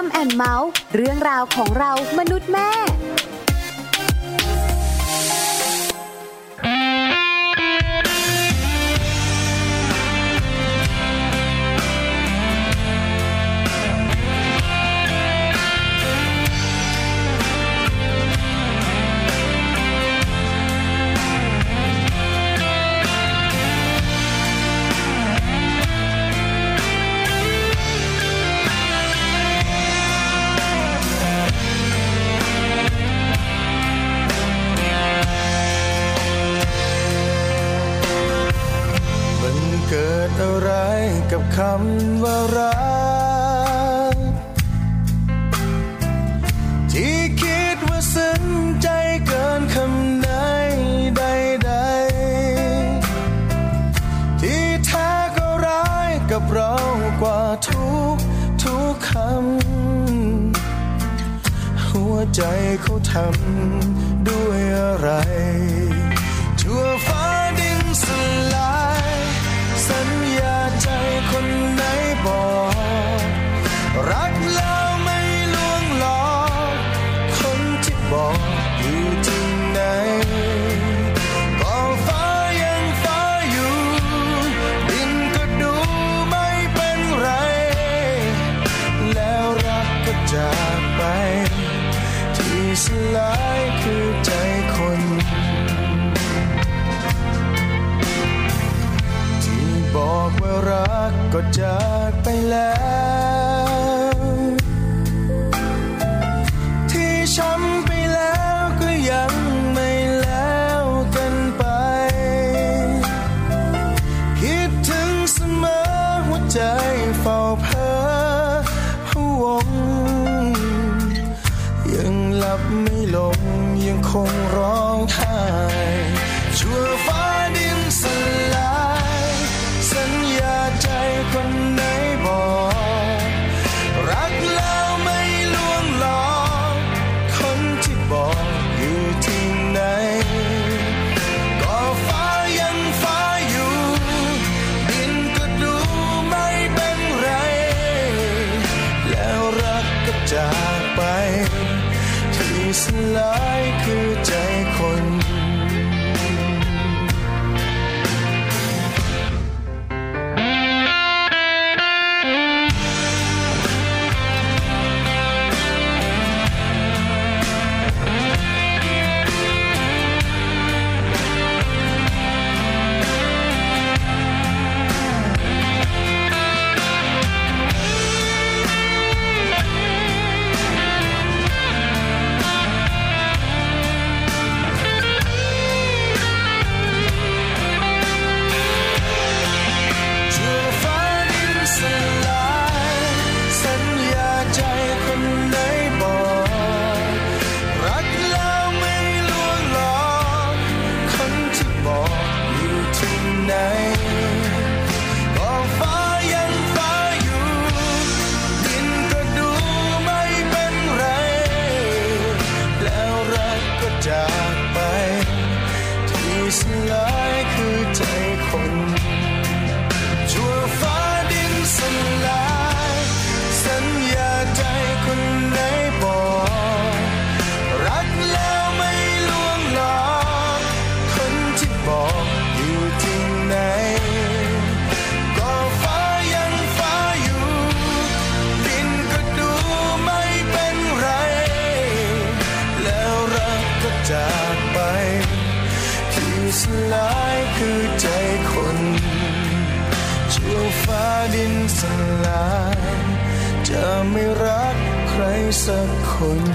มัมแอนด์เมาส์เรื่องราวของเรามนุษย์แม่อะไรกับคำว่ารักที่คิดว่าซึ้งใจเกินคำไหนใดๆที่แท้ก็ร้ายกับเรากว่าทุกคำหัวใจเขาทำด้วยอะไรชั่วฟ้าดินสลายสัญญาใจคนไหนบอกรักแล้วไม่ลวงหลอกคนที่บอกอยู่ที่ไหนก็ฟ้ายังฟ้าอยู่ดินก็ดูไม่เป็นไรแล้วรักก็จากไปที่สลายคือใจคนบอกว่ารักก็จากไปแล้วที่ช้ำไปแล้วก็ยังไม่แล้วกันไปคิดถึงเสมอหัวใจเฝ้าเพ้อพะวงยังหลับไม่ลงยังคงร้องไห้ชั่วฟ้าดินสลายสัญญาใจคนไหนบอกรักแล้วไม่ลวงหลอกคนที่บอกอยู่ที่ไหนก็ฟ้ายังฟ้าอยู่ดินก็ดูไม่เป็นไรแล้วรักก็จากไปที่สลายคือใจคนสลายคือใจคนชั่วฟ้าดินสลายสัญญาใจคนไหนบอกรักแล้วไม่ลวงหลอกคนที่บอกอยู่ที่ไหนก็ฟ้ายังฟ้าอยู่ดินก็ดูไม่เป็นไรแล้วรักก็จากไปสลายคือใจคนชั่วฟ้าดินสลายจะไม่รักใครสักคน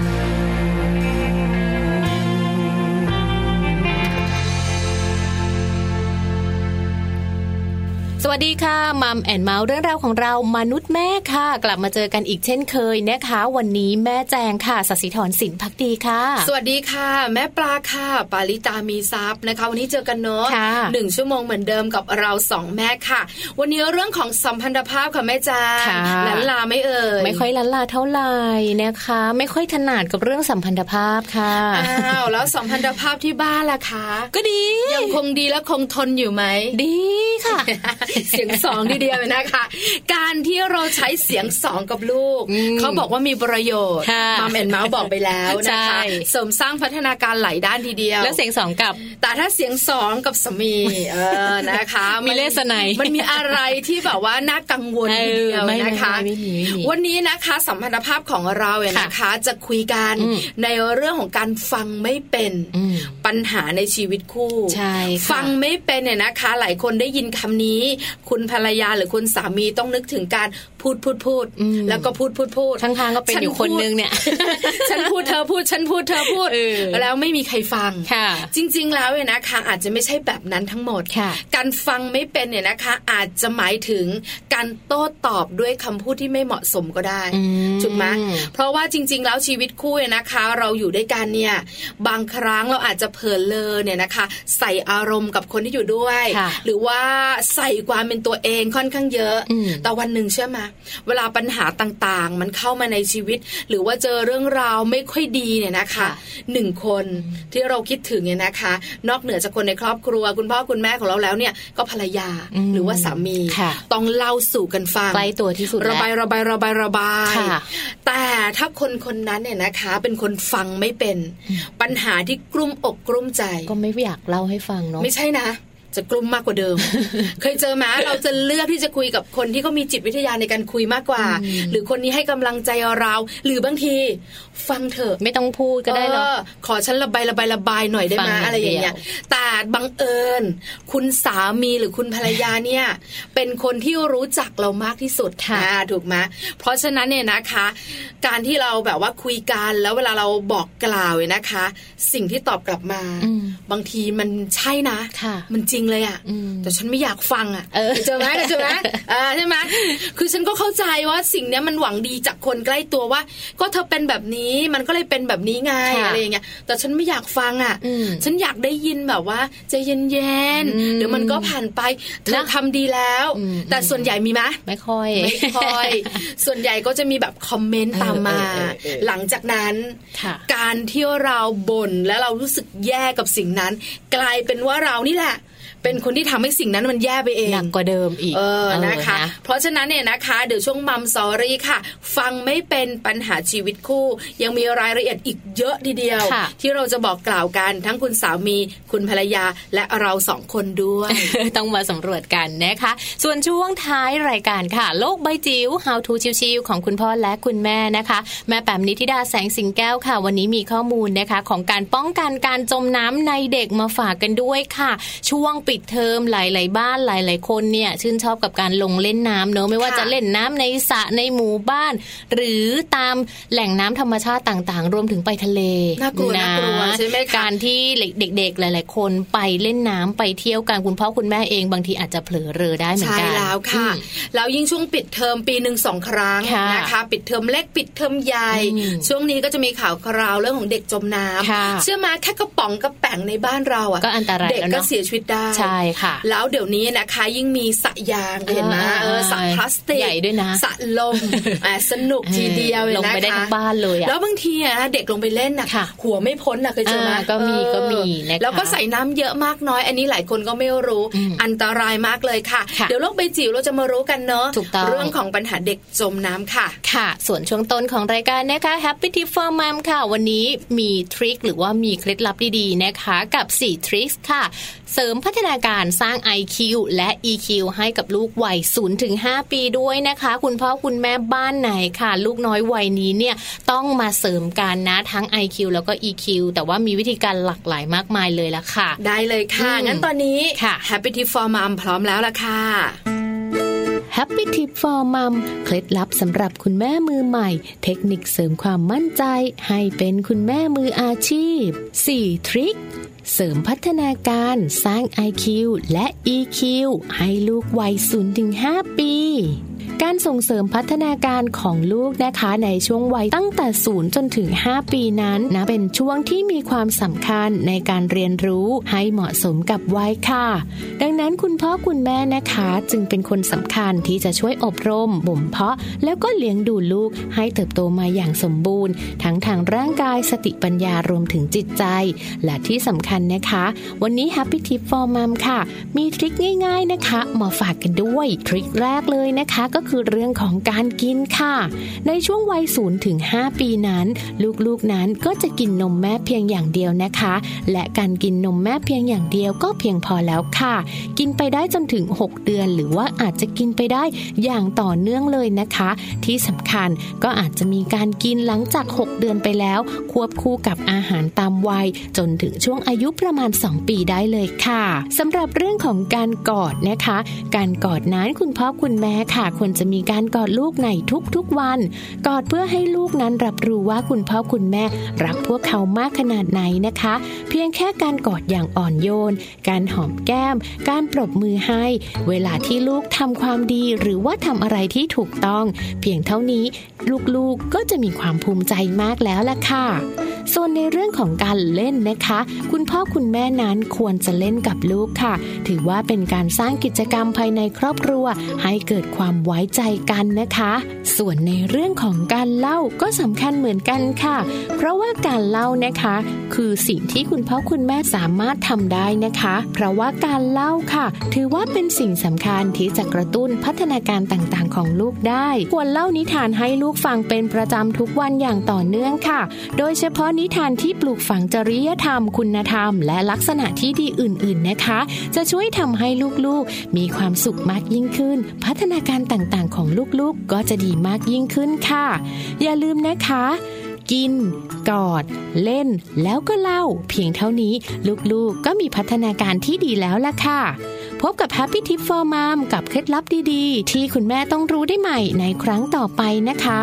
สวัสดีค่ะมัมแอนด์เมาส์เรื่องราวของเรามนุษย์แม่ค่ะกลับมาเจอกันอีกเช่นเคยนะคะวันนี้แม่แจงค่ะศศิธรสินภักดีค่ะสวัสดีค่ะแม่ปลาค่ะปาริตามีซับนะคะวันนี้เจอกันเนาะ1 ชั่วโมงเหมือนเดิมกับเรา2แม่ค่ะวันนี้เรื่องของสัมพันธภาพค่ะแม่แจงลันลาไม่เอ่ยไม่ค่อยลันลาเท่าไหร่นะคะไม่ค่อยถนัดกับเรื่องสัมพันธภาพค่ะอ้าวแล้วสัมพันธภาพที่บ้านล่ะคะก็ดียังคงดีและคงทนอยู่ไหมดีค่ะเสียงสองทีเดียวนะคะการที่เราใช้เสียงสองกับลูกเขาบอกว่ามีประโยชน์มัมแอนด์เมาส์บอกไปแล้วนะคะเสริมสร้างพัฒนาการหลายด้านทีเดียวแล้วเสียงสองกับแต่ถ้าเสียงสองกับสามีนะคะมีเลสไนมันมีอะไรที่แบบว่าน่ากังวลทีเดียวนะคะวันนี้นะคะสัมพันธภาพของเราเนี่ยนะคะจะคุยกันในเรื่องของการฟังไม่เป็นปัญหาในชีวิตคู่ฟังไม่เป็นเนี่ยนะคะหลายคนได้ยินคำนี้คุณภรรยาหรือคุณสามีต้องนึกถึงการพูดแล้วก็พูดข้างๆก็เป็นอยู่คนนึงเนี่ยฉันพูดเธอพูดฉันพูดเธอพูดแล้วไม่มีใครฟังจริงๆแล้วเนี่ยนะคะอาจจะไม่ใช่แบบนั้นทั้งหมดการฟังไม่เป็นเนี่ยนะคะอาจจะหมายถึงการโต้ตอบด้วยคำพูดที่ไม่เหมาะสมก็ได้ถูกไหมเพราะว่าจริงๆแล้วชีวิตคู่เนี่ยนะคะเราอยู่ด้วยกันเนี่ยบางครั้งเราอาจจะเผลอเลอเนี่ยนะคะใส่อารมณ์กับคนที่อยู่ด้วยหรือว่าใส่ความเป็นตัวเองค่อนข้างเยอะแต่วันหนึ่งเชื่อไหมเวลาปัญหาต่างๆมันเข้ามาในชีวิตหรือว่าเจอเรื่องราวไม่ค่อยดีเนี่ยนะคะหนึ่งคนที่เราคิดถึงเนี่ยนะคะนอกเหนือจากคนในครอบครัวคุณพ่อคุณแม่ของเราแล้วเนี่ยก็ภรรยาหรือว่าสามีต้องเล่าสู่กันฟังใกล้ตัวที่สุดระบายแต่ถ้าคนนั้นเนี่ยนะคะเป็นคนฟังไม่เป็นปัญหาที่กลุ้มอกกลุ้มใจก็ไม่อยากเล่าให้ฟังเนาะไม่ใช่นะจะกลุ้มมากกว่าเดิม เคยเจอไหมเราจะเลือกที่จะคุยกับคนที่เขามีจิตวิทยาในการคุยมากกว่าหรือคนนี้ให้กำลังใจเราหรือบางทีฟังเถอะไม่ต้องพูดก็ได้เนาะขอฉันระบายหน่อยได้ไหมอะไรอย่างเงี้ยแต่บังเอิญคุณสามีหรือคุณภรรยาเนี่ยเป็นคนที่รู้จักเรามากที่สุดถูกไหมเพราะฉะนั้นเนี่ยนะคะการที่เราแบบว่าคุยกันแล้วเวลาเราบอกกล่าวเนี่ยนะคะสิ่งที่ตอบกลับมาบางทีมันใช่นะมันจริงเลยอ่ะแต่ฉันไม่อยากฟังอ่ะเจอไหมใช่ไหมคือฉันก็เข้าใจว่าสิ่งนี้มันหวังดีจากคนใกล้ตัวว่าก็เธอเป็นแบบนี้มันก็เลยเป็นแบบนี้ไงอะไรอย่างเงี้ยแต่ฉันไม่อยากฟังอ่ะฉันอยากได้ยินแบบว่าใจเย็นๆเดี๋ยวมันก็ผ่านไปเธอทำดีแล้วแต่ส่วนใหญ่มีไหมไม่ค่อยส่วนใหญ่ก็จะมีแบบคอมเมนต์ตามมาหลังจากนั้นการที่เราบ่นและเรารู้สึกแย่กับสิ่งนั้นกลายเป็นว่าเรานี่แหละเป็นคนที่ทำให้สิ่งนั้นมันแย่ไปเองหนักกว่าเดิมอีกนะคะเพราะฉะนั้นเนี่ยนะคะเดี๋ยวช่วงมัมสอรี่ค่ะฟังไม่เป็นปัญหาชีวิตคู่ยังมีรายละเอียดอีกเยอะทีเดียวที่เราจะบอกกล่าวกันทั้งคุณสามีคุณภรรยาและเราสองคนด้วยต้องมาสำรวจกันนะคะส่วนช่วงท้ายรายการค่ะโลกใบจิ๋ว How to ชิวๆของคุณพ่อและคุณแม่นะคะแม่แปมนิธิดาแสงสิงแก้วค่ะวันนี้มีข้อมูลนะคะของการป้องกันการจมน้ำในเด็กมาฝากกันด้วยค่ะช่วงปิดเทอมหลายๆบ้านหลายๆคนเนี่ยชื่นชอบกับการลงเล่นน้ำเนอะไม่ว่าจะเล่นน้ำในสระในหมู่บ้านหรือตามแหล่งน้ำธรรมชาติต่างๆรวมถึงไปทะเลน่ากลัวใช่ไหมคะการที่เด็กๆหลายๆคนไปเล่นน้ำไปเที่ยวกันคุณพ่อคุณแม่เองบางทีอาจจะเผลอเรอได้เหมือนกันใช่แล้วค่ะแล้วยิ่งช่วงปิดเทอมปีนึง2 ครั้งนะคะปิดเทอมเล็กปิดเทอมใหญ่ช่วงนี้ก็จะมีข่าวคราวเรื่องของเด็กจมน้ำเชื่อมาแค่กระป๋องกระแป๋งในบ้านเราอ่ะก็อันตรายเด็กก็เสียชีวิตได้ใช่ค่ะแล้วเดี๋ยวนี้นะคะยิ่งมีสระยางเห็นไหมสระพลาสติกใหญ่ด้วยนะสระลมสนุกทีเดียวเลยนะคะลงไปได้ทั้งบ้านเลยแล้วบางทีเด็กลงไปเล่นนะหัวไม่พ้นเคยเจอไหมก็มีนะคะแล้วก็ใส่น้ำเยอะมากน้อยอันนี้หลายคนก็ไม่รู้อันตรายมากเลยค่ะเดี๋ยวโลกใบจิ๋วเราจะมารู้กันเนาะเรื่องของปัญหาเด็กจมน้ำค่ะค่ะส่วนช่วงต้นของรายการนะคะ Happy Tip for Mom ค่ะวันนี้มีทริคหรือว่ามีเคล็ดลับดีๆนะคะกับ4ทริคค่ะเสริมพัฒนาการสร้าง IQ และ EQ ให้กับลูกวัย 0-5 ปีด้วยนะคะคุณพ่อคุณแม่บ้านไหนค่ะลูกน้อยวัยนี้เนี่ยต้องมาเสริมกันนะทั้ง IQ แล้วก็ EQ แต่ว่ามีวิธีการหลากหลายมากมายเลยละค่ะได้เลยค่ะงั้นตอนนี้ Happy Tip for Mom พร้อมแล้วล่ะค่ะ Happy Tip for Mom เคล็ดลับสำหรับคุณแม่มือใหม่เทคนิคเสริมความมั่นใจให้เป็นคุณแม่มืออาชีพ4ทริคเสริมพัฒนาการสร้าง IQ และ EQ ให้ลูกวัย 0-5 ปีการส่งเสริมพัฒนาการของลูกนะคะในช่วงวัยตั้งแต่0จนถึง5ปีนั้นนะเป็นช่วงที่มีความสำคัญในการเรียนรู้ให้เหมาะสมกับวัยค่ะดังนั้นคุณพ่อคุณแม่นะคะจึงเป็นคนสำคัญที่จะช่วยอบรมบ่มเพาะแล้วก็เลี้ยงดูลูกให้เติบโตมาอย่างสมบูรณ์ทั้งทางร่างกายสติปัญญารวมถึงจิตใจและที่สำคัญนะคะวันนี้ Happy Tip for Mom ค่ะมีทริคง่ายๆนะคะมาฝากกันด้วยทริคแรกเลยนะคะก็คือเรื่องของการกินค่ะในช่วงวัย0ถึง5ปีนั้นลูกๆนั้นก็จะกินนมแม่เพียงอย่างเดียวนะคะและการกินนมแม่เพียงอย่างเดียวก็เพียงพอแล้วค่ะกินไปได้จนถึง6เดือนหรือว่าอาจจะกินไปได้อย่างต่อเนื่องเลยนะคะที่สำคัญก็อาจจะมีการกินหลังจาก6เดือนไปแล้วควบคู่กับอาหารตามวัยจนถึงช่วงอายุประมาณ2ปีได้เลยค่ะสำหรับเรื่องของการกอดนะคะการกอดนั้นคุณพ่อคุณแม่ค่ะควรจะมีการกอดลูกในทุกๆวันกอดเพื่อให้ลูกนั้นรับรู้ว่าคุณพ่อคุณแม่รักพวกเขามากขนาดไหนนะคะเพียงแค่การกอดอย่างอ่อนโยนการหอมแก้มการปรบมือให้เวลาที่ลูกทำความดีหรือว่าทำอะไรที่ถูกต้องเพียงเท่านี้ลูกๆก็จะมีความภูมิใจมากแล้วล่ะค่ะส่วนในเรื่องของการเล่นนะคะคุณพ่อคุณแม่นั้นควรจะเล่นกับลูกค่ะถือว่าเป็นการสร้างกิจกรรมภายในครอบครัวให้เกิดความไว้ใจกันนะคะส่วนในเรื่องของการเล่าก็สำคัญเหมือนกันค่ะเพราะว่าการเล่านะคะคือสิ่งที่คุณพ่อคุณแม่สามารถทำได้นะคะเพราะว่าการเล่าค่ะถือว่าเป็นสิ่งสำคัญที่จะกระตุ้นพัฒนาการต่างๆของลูกได้ควรเล่านิทานให้ลูกฟังเป็นประจำทุกวันอย่างต่อเนื่องค่ะโดยเฉพาะนิทานที่ปลูกฝังจริยธรรมคุณธรรมและลักษณะที่ดีอื่นๆนะคะจะช่วยทำให้ลูกๆมีความสุขมากยิ่งขึ้นพัฒนาการต่างๆของลูกๆก็จะดีมากยิ่งขึ้นค่ะอย่าลืมนะคะกินกอดเล่นแล้วก็เล่าเพียงเท่านี้ลูกๆก็มีพัฒนาการที่ดีแล้วล่ะค่ะพบกับ Happy Tip for Mom กับเคล็ดลับดีๆที่คุณแม่ต้องรู้ได้ใหม่ในครั้งต่อไปนะคะ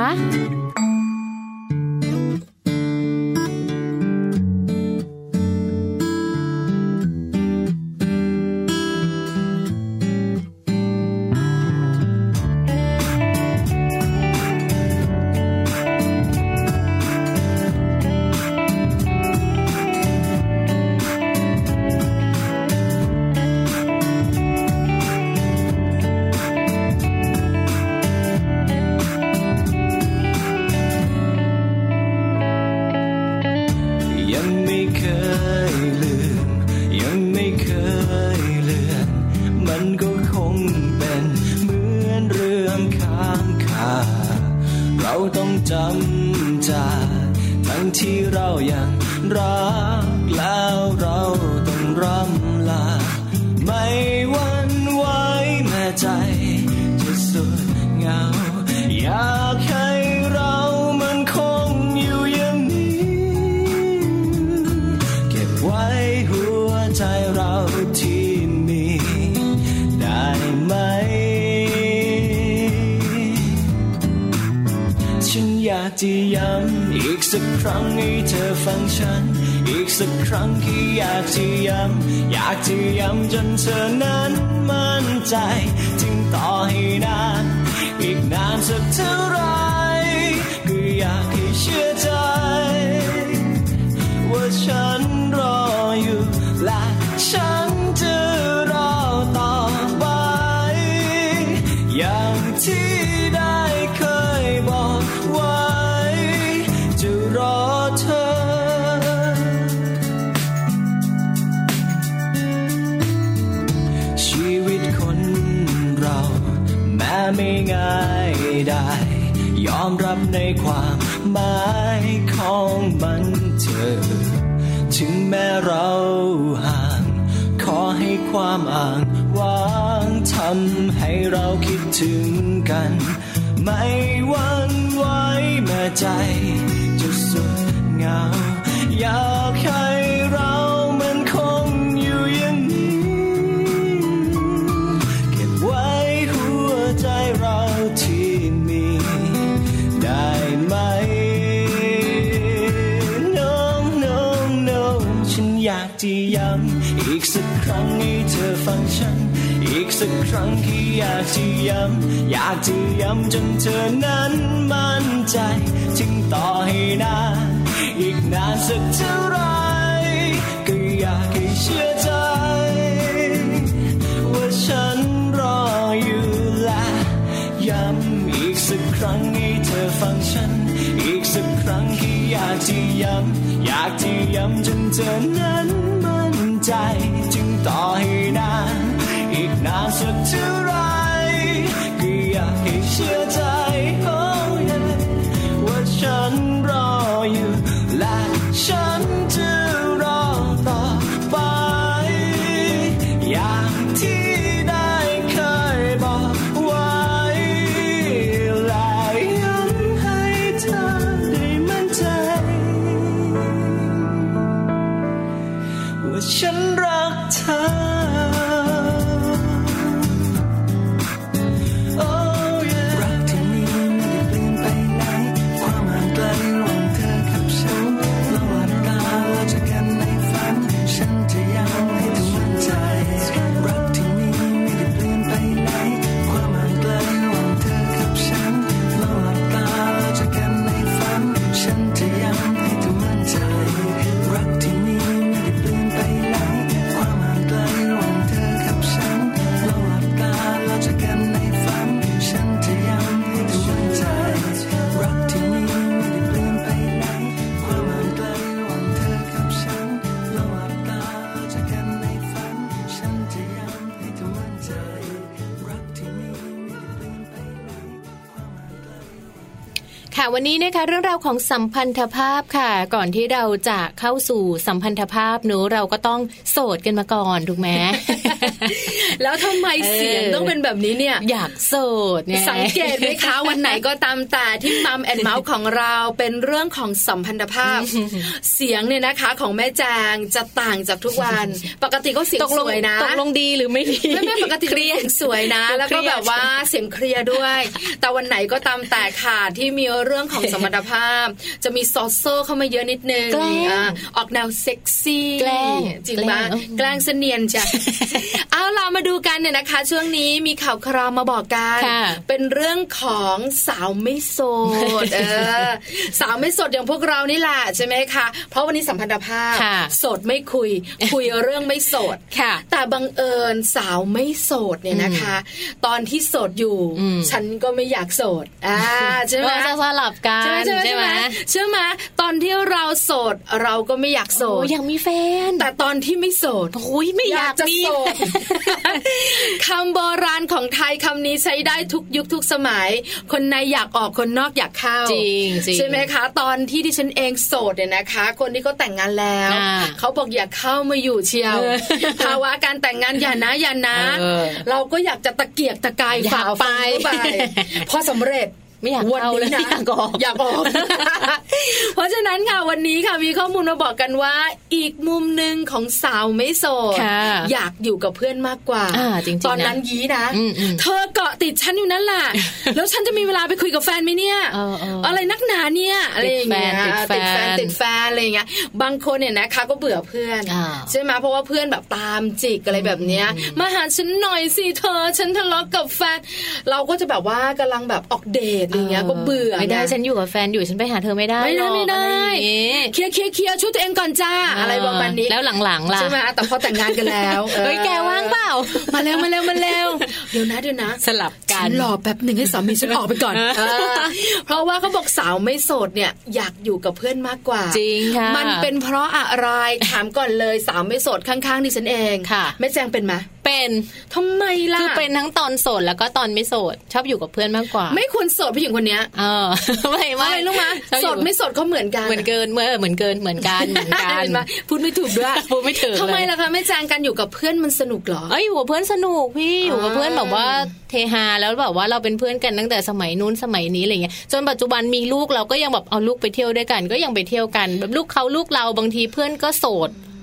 ที่เรายังรักแล้วเราต้องร่ำลาไม่หวั่นไหวแม้ใจจะสุดเหงาอยากให้เรามันคงอยู่อย่างนี้เก็บไว้หัวใจเราที่มีได้ไหมฉันอยากจะย้ำอีกสักครั้งให้เธอฟังฉันอีกสักครั้งที่อยากจะย้ำจนเธอนั้นมั่นใจจึงต่อให้นานอีกนานสักเท่าไรก็อยากให้เชื่อใจว่าฉันรออยู่และฉันจะรอต่อไปอย่างที่ได้เคยบอกไว้จะรอเธอชีวิตคนเราแม้ไม่ง่ายได้ยอมรับในความหมายของมันเธอถึงแม้เราห่างขอให้ความอ้างว้างทำให้เราคิดถึงกันไม่หวั่นไหวแม้ใจจะสุดเหงาอยากให้เรามันคงอยู่อย่างนี้เก็บไว้หัวใจเราที่มีได้ไหม No No No ฉันอยากจะย้ำอีกสักครั้งให้เธอฟังฉันอีอีกสักครั้งแค่อยากจะย้ำจนเธอนั้นมั่นใจจึงต่อให้นานอีกนานสักเท่าไรก็อยากให้เชื่อใจว่าฉันรออยู่และย้ำอีกสักครั้งให้เธอฟังฉันอีกสักครั้งที่อยากจะย้ำจนเธอนั้นมั่นใจจึงต่อให้นานอีกนานสักเท่าไรก็อยากให้เชื่อใจว่าฉันรออยู่และฉันจะรอต่อไปอย่างที่ได้เคยบอกไว้และย้ำให้เธอได้มั่นใจว่าฉันรักเธอวันนี้นะคะเรื่องราวของสัมพันธภาพค่ะก่อนที่เราจะเข้าสู่สัมพันธภาพเนอะเราก็ต้องโสดกันมาก่อนถูกไหมแล้วทำไมเสียงต้องเป็นแบบนี้เนี่ยอยากโสดไงสังเกตไหมคะ วันไหนก็ตามแต่ที่มัมแอนด์เมาส์ของเราเป็นเรื่องของสัมพันธภาพ เสียงเนี่ยนะคะของแม่แจงจะต่างจากทุกวันปกติก็เสียงสวยนะตกลงดีหรือไม่ดีไม่ปกติเสียงสวยนะแล้วก็แบบว่าเสียงเคลียร์ด้วยแต่วันไหนก็ตามแต่ค่ะที่มีเรื่องของสมรรถภาพจะมีซอสโซ่เข้ามาเยอะนิดนึงออกแนวเซ็กซี่แกล้งจริงป่ะแกล้งเสนียนจ้ะ เอาล่ะมาดูกันเนี่ยนะคะช่วงนี้มีข่าวคราวมาบอกกันเป็นเรื่องของสาวไม่โสดสาวไม่โสดอย่างพวกเรานี่แหละใช่ไหมคะเพราะวันนี้สัมพันธภาพโสดไม่คุยเรื่องไม่โสดแต่บังเอิญสาวไม่โสดเนี่ยนะคะตอนที่โสดอยู่ฉันก็ไม่อยากโสดใช่ไหมสลับกันใช่ไหมตอนที่เราโสดเราก็ไม่อยากโสดอยากมีแฟนแต่ตอนที่ไม่โสดโอ้ยไม่อยากจะโสดคำโบราณของไทยคำนี้ใช้ได้ทุกยุคทุกสมัยคนในอยากออกคนนอกอยากเข้าจริงใช่ไหมคะตอนที่ดิฉันเองโสดเนี่ยนะคะคนที่เขาแต่งงานแล้วเขาบอกอยากเข้ามาอยู่เชียวภาวะการแต่งงานอย่านะเราก็อยากจะตะเกียกตะกายฝ่าไปพอสำเร็จไม่อยากเข้าเลยอยากออก เพราะฉะนั้นค่ะวันนี้ค่ะมีข้อมูลมาบอกกันว่าอีกมุมนึงของสาวไม่โสดอยากอยู่กับเพื่อนมากกว่าตอนนั้นยี้นะเธอเกาะติดฉันอยู่นั่นแหละแล้วฉันจะมีเวลาไปคุยกับแฟนไหมเนี่ยอะไรนักหนาเนี่ยอะไรอย่างเงี้ยติดแฟนอะไรอย่างเงี้ยบางคนเนี่ยนะคะก็เบื่อเพื่อนใช่ไหมเพราะว่าเพื่อนแบบตามจิกอะไรแบบเนี้ยมาหาฉันหน่อยสิเธอฉันทะเลาะกับแฟนเราก็จะแบบว่ากำลังแบบออกเดทอย่างเงี้ยก็เบื่อไม่ได้ฉันอยู่กับแฟนอยู่ฉันไปหาเธอไม่ได้เคลียร์ช่วยตัวเองก่อนจ้าอะไรประมาณนี้แล้วหลังๆล่ะใช่ไหมแต่พอแต่งงานกันแล้วเฮ้ยแกว่างเปล่ามาเร็วเดี๋ยวนะสลับกันรอแป๊บนึงให้สามีฉันออกไปก่อนเพราะว่าเขาบอกสาวไม่โสดเนี่ยอยากอยู่กับเพื่อนมากกว่าจริงค่ะมันเป็นเพราะอะไรถามก่อนเลยสาวไม่โสดข้างๆดิฉันเองแม่แจงเป็นไหมเป็นทำไมล่ะคือเป็นทั้งตอนโสดแล้วก็ตอนไม่โสดชอบอยู่กับเพื่อนมากกว่าไม่ควรโสดผู้หญิงคนนี้ไม่รู้มั้ยโสดไม่โสดเขาเหมือนกันเหมือนกันพูดไม่ถูกด้วยพูดไม่ถูกทำไมล่ะคะแม่แจงกันอยู่กับเพื่อนมันสนุกเหรออยู่กับเพื่อนสนุกพี่อยู่กับเพื่อนแบบว่าเทฮาแล้วแบบว่าเราเป็นเพื่อนกันตั้งแต่สมัยนู้นสมัยนี้อะไรเงี้ยจนปัจจุบันมีลูกเราก็ยังแบบเอาลูกไปเที่ยวด้วยกันก็ยังไปเที่ยวกันแบบลูกเขาลูกเราบางทีเพื่อนก็โสด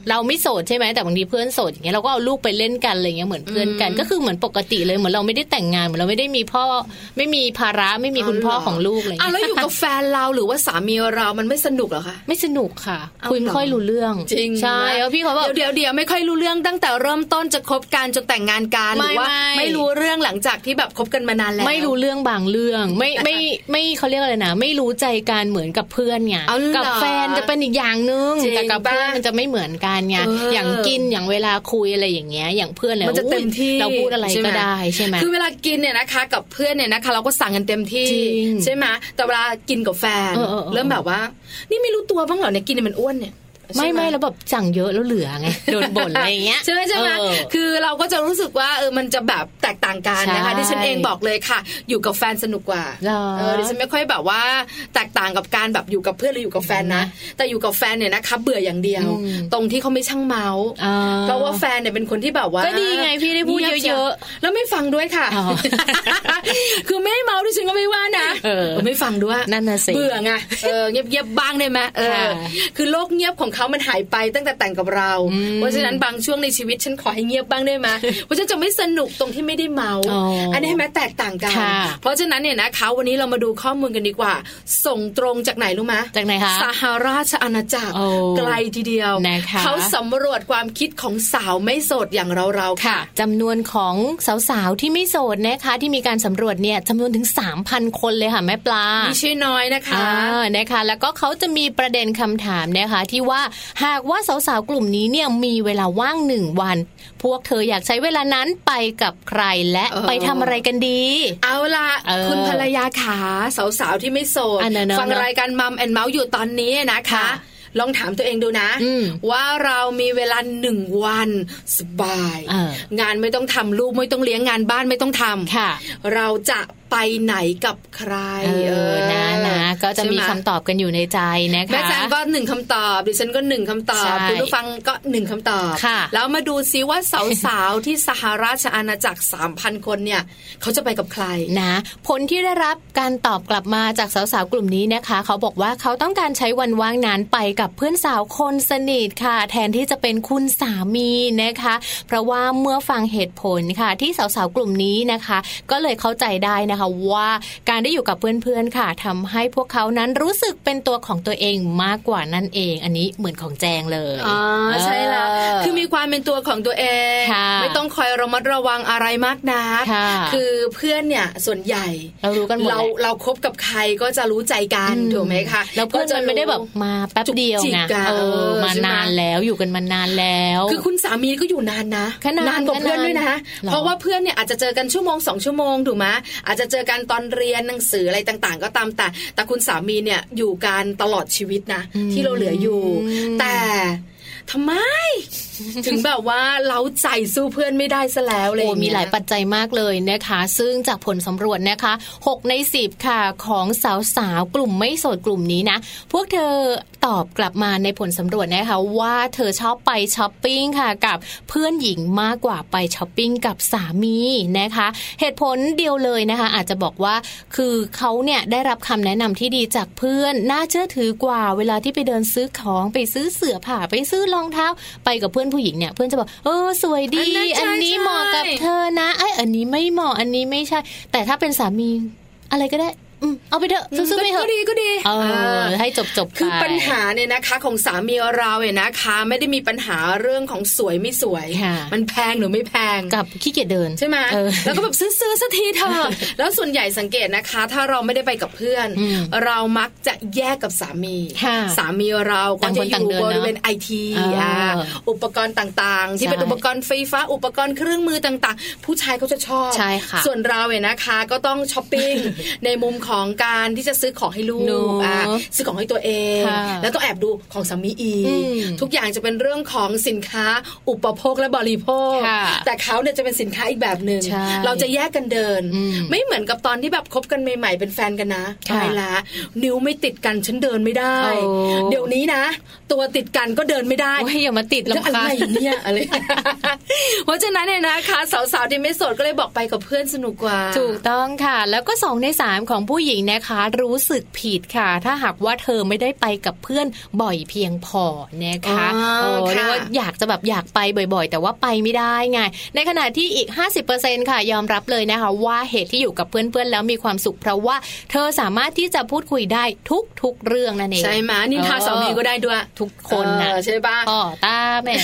เราไม่โสดใช่ไหมแต่บางทีเพื่อนโสดอย่างเงี้ยเราก็เอาลูกไปเล่นกันอะไรเงี้ยเหมือนเพื่อนกันก็คือเหมือนปกติเลยเหมือนเราไม่ได้แต่งงานเหมือนเราไม่ได้มีพ่อไม่มีภาระไม่มีคุณพ่อของลูกอะไรอย่างเงี้ยแล้วอยู่กับแฟนเราหรือว่าสามีเรามันไม่สนุกเหรอคะไม่สนุกค่ะคุยไม่ค่อยรู้เรื่องจริงใช่แล้วพี่เขาบอกเดี๋ยวไม่ค่อยรู้เรื่องตั้งแต่เริ่มต้นจะคบกันจนแต่งงานกันหรือว่าไม่รู้เรื่องหลังจากที่แบบคบกันมานานแล้วไม่รู้เรื่องบางเรื่องไม่เขาเรียกอะไรนะไม่รู้ใจกันเหมือนกับเพื่อนไงกับแฟนจะเป็นอีกอย่างนึงแต่กับเพื่อนมันจะไม่เหมือนกันไงอย่างกินอย่างเวลาคุยอะไรอย่างเงี้ยอย่างเพื่อนเนี่ยมันจะเต็มที่เราพูดอะไรก็ได้ใช่ไหมคือเวลากินเนี่ยนะคะกับเพื่อนเนี่ยนะคะเราก็สั่งกันเต็มที่ใช่ไหมแต่เวลากินกับแฟนเริ่มแบบว่านี่ไม่รู้ตัวบ้างเหรอเนี่ยกินเนี่ยมันอ้วนเนี่ยไม่แล้วแบบสั่งเยอะแล้วเหลือไงโดนบ่นอะไรอย่างเงี้ยใช่ไหมคือเราก็จะรู้สึกว่ามันจะแบบแตกต่างกันนะคะที่ฉันเองบอกเลยค่ะอยู่กับแฟนสนุกกว่าดิฉันไม่ค่อยแบบว่าแตกต่างกับการแบบอยู่กับเพื่อนหรืออยู่กับแฟนนะแต่อยู่กับแฟนเนี่ยนะคะเบื่ออย่างเดียวตรงที่เขาไม่ช่างเมาส์เพราะว่าแฟนเนี่ยเป็นคนที่แบบว่าก็ดีไงพี่ได้พูดเยอะๆแล้วไม่ฟังด้วยค่ะคือไม่เมาส์ดิฉันก็ไม่ว่านะไม่ฟังด้วยนั่นน่ะสิเบื่อไงเงียบๆบ้างได้ไหมคือโลกเงียบของเขามันหายไปตั้งแต่แต่งกับเราเพราะฉะนั้นบางช่วงในชีวิตฉันขอให้เงียบบ้างได้ไหมเพราะฉันจะไม่สนุกตรงที่ไม่ได้เมาอันนี้แม้แตกต่างกันเพราะฉะนั้นเนี่ยนะคะวันนี้เรามาดูข้อมูลกันดีกว่าส่งตรงจากไหนรู้ไหมจากไหนคะสหราชอาณาจักรไกลทีเดียวเขาสำรวจความคิดของสาวไม่โสดอย่างเราค่ะจำนวนของสาวๆที่ไม่โสดนะคะที่มีการสำรวจเนี่ยจำนวนถึง 3,000 คนเลยค่ะแม่ปลาไม่ใช่น้อยนะคะนะคะแล้วก็เขาจะมีประเด็นคำถามนะคะที่ว่าหากว่าสาวๆกลุ่มนี้เนี่ยมีเวลาว่าง1วันพวกเธออยากใช้เวลานั้นไปกับใครและไปทำอะไรกันดีเอาล่ะคุณภรรยาขาสาวๆที่ไม่โสดฟังรายการมัมแอนด์เมาส์อยู่ตอนนี้นะคะลองถามตัวเองดูนะว่าเรามีเวลา1วันสบายงานไม่ต้องทำลูกไม่ต้องเลี้ยงงานบ้านไม่ต้องทำเราจะไปไหนกับใครนะก็จะมีคำตอบกันอยู่ในใจนะคะแม่แจงก็1คำตอบดิฉันก็1คำตอบคุณผู้ฟังก็1คำตอบแล้วมาดูซิว่าสาวๆที่สหราชอาณาจักร 3,000 คนเนี่ยเขาจะไปกับใครนะผลที่ได้รับการตอบกลับมาจากสาวๆกลุ่มนี้นะคะเขาบอกว่าเขาต้องการใช้วันว่างนั้นไปกับเพื่อนสาวคนสนิทค่ะแทนที่จะเป็นคุณสามีนะคะเพราะว่าเมื่อฟังเหตุผลค่ะที่สาวๆกลุ่มนี้นะคะก็เลยเข้าใจได้นะคะว่าการได้อยู่กับเพื่อนๆค่ะทำให้พวกเขานั้นรู้สึกเป็นตัวของตัวเองมากกว่านั่นเองอันนี้เหมือนของแจงเลยใช่แล้วคือมีความเป็นตัวของตัวเองไม่ต้องคอยระมัดระวังอะไรมากนักคือเพื่อนเนี่ยส่วนใหญ่เรารู้กันหมดเราคบกับใครก็จะรู้ใจกันถูกไหมคะแล้วเพื่อนมันไม่ได้แบบมาแป๊บเดียวนะมานานแล้วอยู่กันมานานแล้วคือคุณสามีก็อยู่นานนะนานกว่าเพื่อนด้วยนะเพราะว่าเพื่อนเนี่ยอาจจะเจอกันชั่วโมง2ชั่วโมงถูกไหมอาจจะเจอกันตอนเรียนหนังสืออะไรต่างๆก็ตามแต่คุณสามีเนี่ยอยู่กันตลอดชีวิตนะที่เราเหลืออยู่แต่ทำไมถึงแบบว่าเล้าใจสู้เพื่อนไม่ได้ซะแล้วเลยมีหลายปัจจัยมากเลยนะคะซึ่งจากผลสำรวจนะคะ6ใน10ค่ะของสาวๆกลุ่มไม่โสดกลุ่มนี้นะพวกเธอตอบกลับมาในผลสำรวจนะคะว่าเธอชอบไปช้อปปิ้งค่ะกับเพื่อนหญิงมากกว่าไปช้อปปิ้งกับสามีนะคะเหตุผลเดียวเลยนะคะอาจจะบอกว่าคือเขาเนี่ยได้รับคำแนะนำที่ดีจากเพื่อนน่าเชื่อถือกว่าเวลาที่ไปเดินซื้อของไปซื้อเสื้อผ้าไปซื้อรองเท้าไปกับเพื่อนผู้หญิงเนี่ยเพื่อนจะบอกสวยดีอันนี้เหมาะกับเธอนะอันนี้ไม่เหมาะอันนี้ไม่ใช่แต่ถ้าเป็นสามีอะไรก็ได้เอาไปเถอะซื้อไปเถอะก็ดีให้จบไปคือปัญหาเนี่ยนะคะของสามีเราเนี่ยนะคะไม่ได้มีปัญหาเรื่องของสวยไม่สวยมันแพงหรือไม่แพงกับขี้เกียจเดินใช่ไหมแล้วก็แบบซื้อสักทีเถอะแล้วส่วนใหญ่สังเกตนะคะถ้าเราไม่ได้ไปกับเพื่อนเรามักจะแยกกับสามีเราก็จะอยู่บริเวณ IT อุปกรณ์ต่างๆที่เป็นอุปกรณ์ไฟฟ้าอุปกรณ์เครื่องมือต่างๆผู้ชายเขาจะชอบส่วนเราเนี่ยนะคะก็ต้องช้อปปิ้งในมุมของการที่จะซื้อของให้ลูกซื้อของให้ตัวเองแล้วต้องแอบดูของสามีอีกทุกอย่างจะเป็นเรื่องของสินค้าอุปโภคและบริโภคแต่เขาเนี่ยจะเป็นสินค้าอีกแบบนึงเราจะแยกกันเดินไม่เหมือนกับตอนที่แบบคบกันใหม่ๆเป็นแฟนกันนะไม่ละนิ้วไม่ติดกันฉันเดินไม่ได้เดี๋ยวนี้นะตัวติดกันก็เดินไม่ได้อย่ามาติดลำคาญเนี่ยอะไรเพราะฉะนั้นเนี่ยนะคะสาวๆที่ไม่โสดก็เลยบอกไปกับเพื่อนสนุกกว่าถูกต้องค่ะแล้วก็2ใน3ของผู้ผู้หญิงนะคะรู้สึกผิดค่ะถ้าหากว่าเธอไม่ได้ไปกับเพื่อนบ่อยเพียงพอนะคะเรียกว่าอยากจะแบบอยากไปบ่อยๆแต่ว่าไปไม่ได้ไงในขณะที่อีก 50% ค่ะยอมรับเลยนะคะว่าเหตุที่อยู่กับเพื่อนๆแล้วมีความสุขเพราะว่าเธอสามารถที่จะพูดคุยได้ทุกเรื่องนั่นเองใช่ไหมนินทาสามีก็ได้ด้วยทุกคนนะใช่ป่ะพ่อตาแม่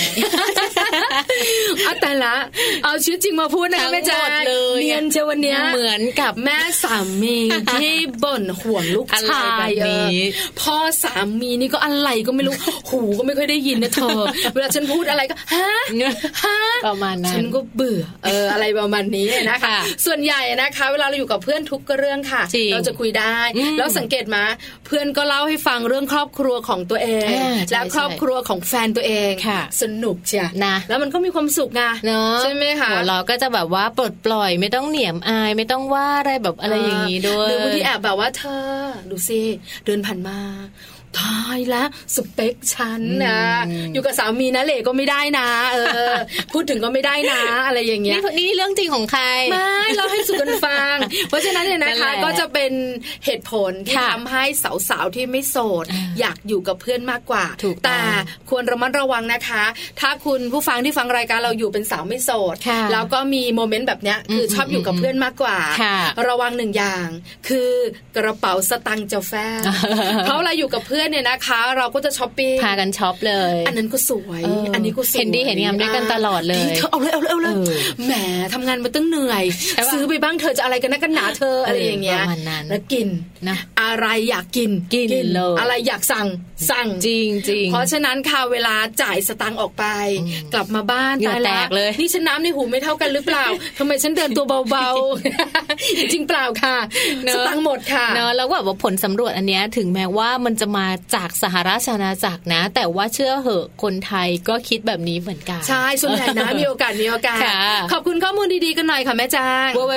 แต่ละเอาชีวิตจริงมาพูดนะคะแม่จ๋าเนียนเชวันเนี้ยเหมือนกับแม่สามีที่บ่นห่วงลูกชายพ่อสามีนี่ก็อะไรก็ไม่รู้หูก็ไม่ค่อยได้ยินนะเธอเวลาฉันพูดอะไรก็ฮะประมาณนั้นฉันก็เบื่ออะไรประมาณนี้นะคะส่วนใหญ่นะคะเวลาเราอยู่กับเพื่อนทุกเรื่องค่ะเราจะคุยได้แล้วสังเกตมาเพื่อนก็เล่าให้ฟังเรื่องครอบครัวของตัวเองและครอบครัวของแฟนตัวเองสนุกจ้ะนะแล้วมันก็มีความสุขไงใช่ไหมคะหัวเราก็จะแบบว่าปลดปล่อยไม่ต้องเหนียมอายไม่ต้องว่าอะไรแบบอะไรอย่างนี้ด้วยหรือบางทีแอบแบบว่าเธอดูซิเดินผ่านมาตายแล้วสเปคฉันนะอยู่กับสามีนะเหล่ก็ไม่ได้นะพูดถึงก็ไม่ได้นะอะไรอย่างเงี้ยนี่เรื่องจริงของใครไม่เราให้สุกันฟังเพราะฉะนั้นเนี่ยนะคะก็จะเป็นเหตุผลที่ทำให้สาวๆที่ไม่โสดอยากอยู่กับเพื่อนมากกว่าแต่ควรระมัดระวังนะคะถ้าคุณผู้ฟังที่ฟังรายการเราอยู่เป็นสาวไม่โสดแล้วก็มีโมเมนต์แบบเนี้ยคือชอบอยู่กับเพื่อนมากกว่าระวังหนึ่งอย่างคือกระเป๋าสตางค์จะแฟบเพราะเราอยู่กับเพื่อนเนี่ยนะคะเราก็จะช้อปปิ้งพากันช็อปเลยอันนั้นก็สวยอันนี้ก็สวยเห็นดีเห็นงามด้วยกันตลอดเลยเอาเลยแหมทำงานมาตั้งเหนื่อยซื้อไปบ้างเธอจะอะไรกันนักกันหนาเธออะไรอย่างเงี้ยแล้วกินนะอะไรอยากกินเลยอะไรอยากสั่งจริงเพราะฉะนั้นค่ะเวลาจ่ายสตางค์ออกไปกลับมาบ้านตายแล้วนี่ฉันน้ำในหูไม่เท่ากันหรือเปล่าทำไมฉันเดินตัวเบาๆจริงเปล่าค่ะสตางค์หมดค่ะเนอะแล้วแบบว่าผลสำรวจอันเนี้ยถึงแม้ว่ามันจะมาจากสหราชอาณาจักรนะแต่ว่าเชื่อเหอะคนไทยก็คิดแบบนี้เหมือนกันใช่ส่วนใหญ่นะมีโอกาสขอบคุณข้อมูลดีๆกันหน่อยค่ะแม่จาง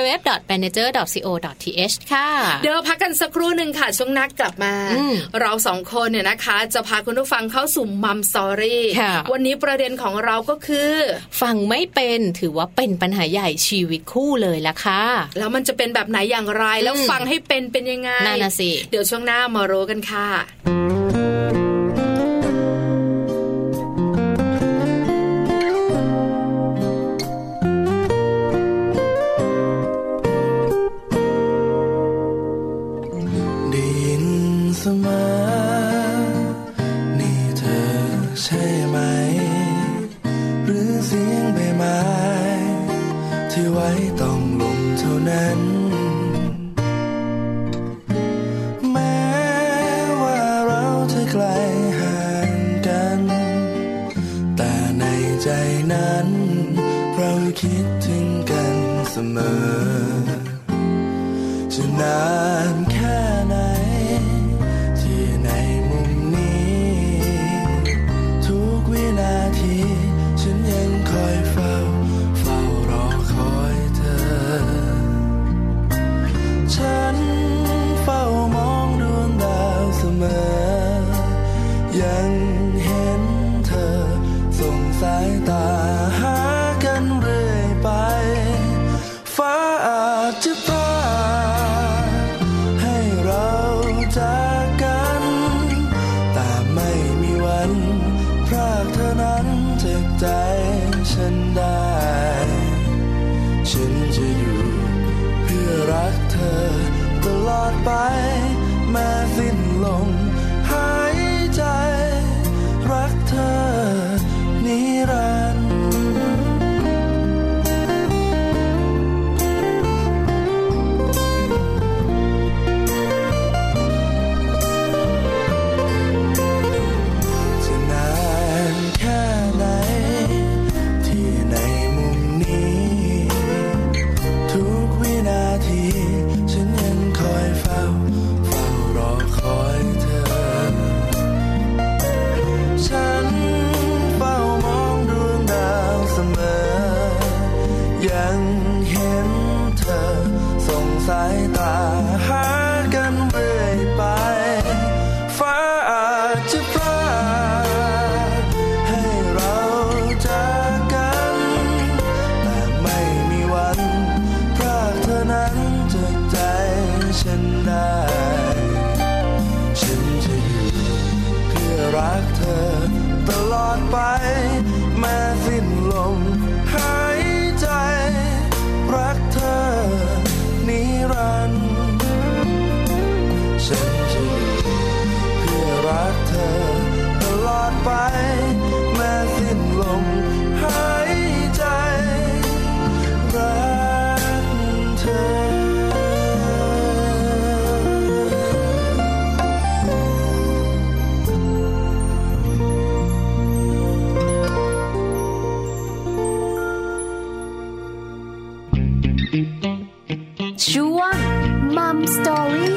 www.manager.co.th ค่ะเดี๋ยวพักกันสักครู่นึงค่ะช่วงนักกลับมาเราสองคนเนี่ยนะคะจะพาคุณผู้ฟังเข้าสู่มัมสตอรี่วันนี้ประเด็นของเราก็คือฟังไม่เป็นถือว่าเป็นปัญหาใหญ่ชีวิตคู่เลยล่ะค่ะแล้วมันจะเป็นแบบไหนอย่างไรแล้วฟังให้เป็นยังไงนั่นน่ะสิเดี๋ยวช่วงหน้ามารู้กันค่ะเสมอนี่เธอใช่ไหมหรือเสียงใบไม้ที่ไว้ต้องลมเท่านั้นแม้ว่าเราจะไกลห่างกันแต่ในใจนั้นเราคิดถึงกันเสมอจะนานแค่ไหนฉันยังคอยเฝ้ารอคอยเธอฉันเฝ้ามองดวงดาวเสมอยังเห็นเธอส่งสายตาหากันเรื่อยไปฟ้าอาจจะพาให้เราจากกันแต่ไม่มีวันพรากเธอนั้นจากใจฉันได้ฉันจะอยู่เพื่อรักเธอตลอดไปแม้สิ้นลมหายใจรักเธอนิรันดร์รไปแม้สิ้นลมหายใจรักเธอนิรันดร์ฉันจะเพื่อรักเธอตลอดไปแม้สิ้นลมหายใจรักเธอช่วง Mom Story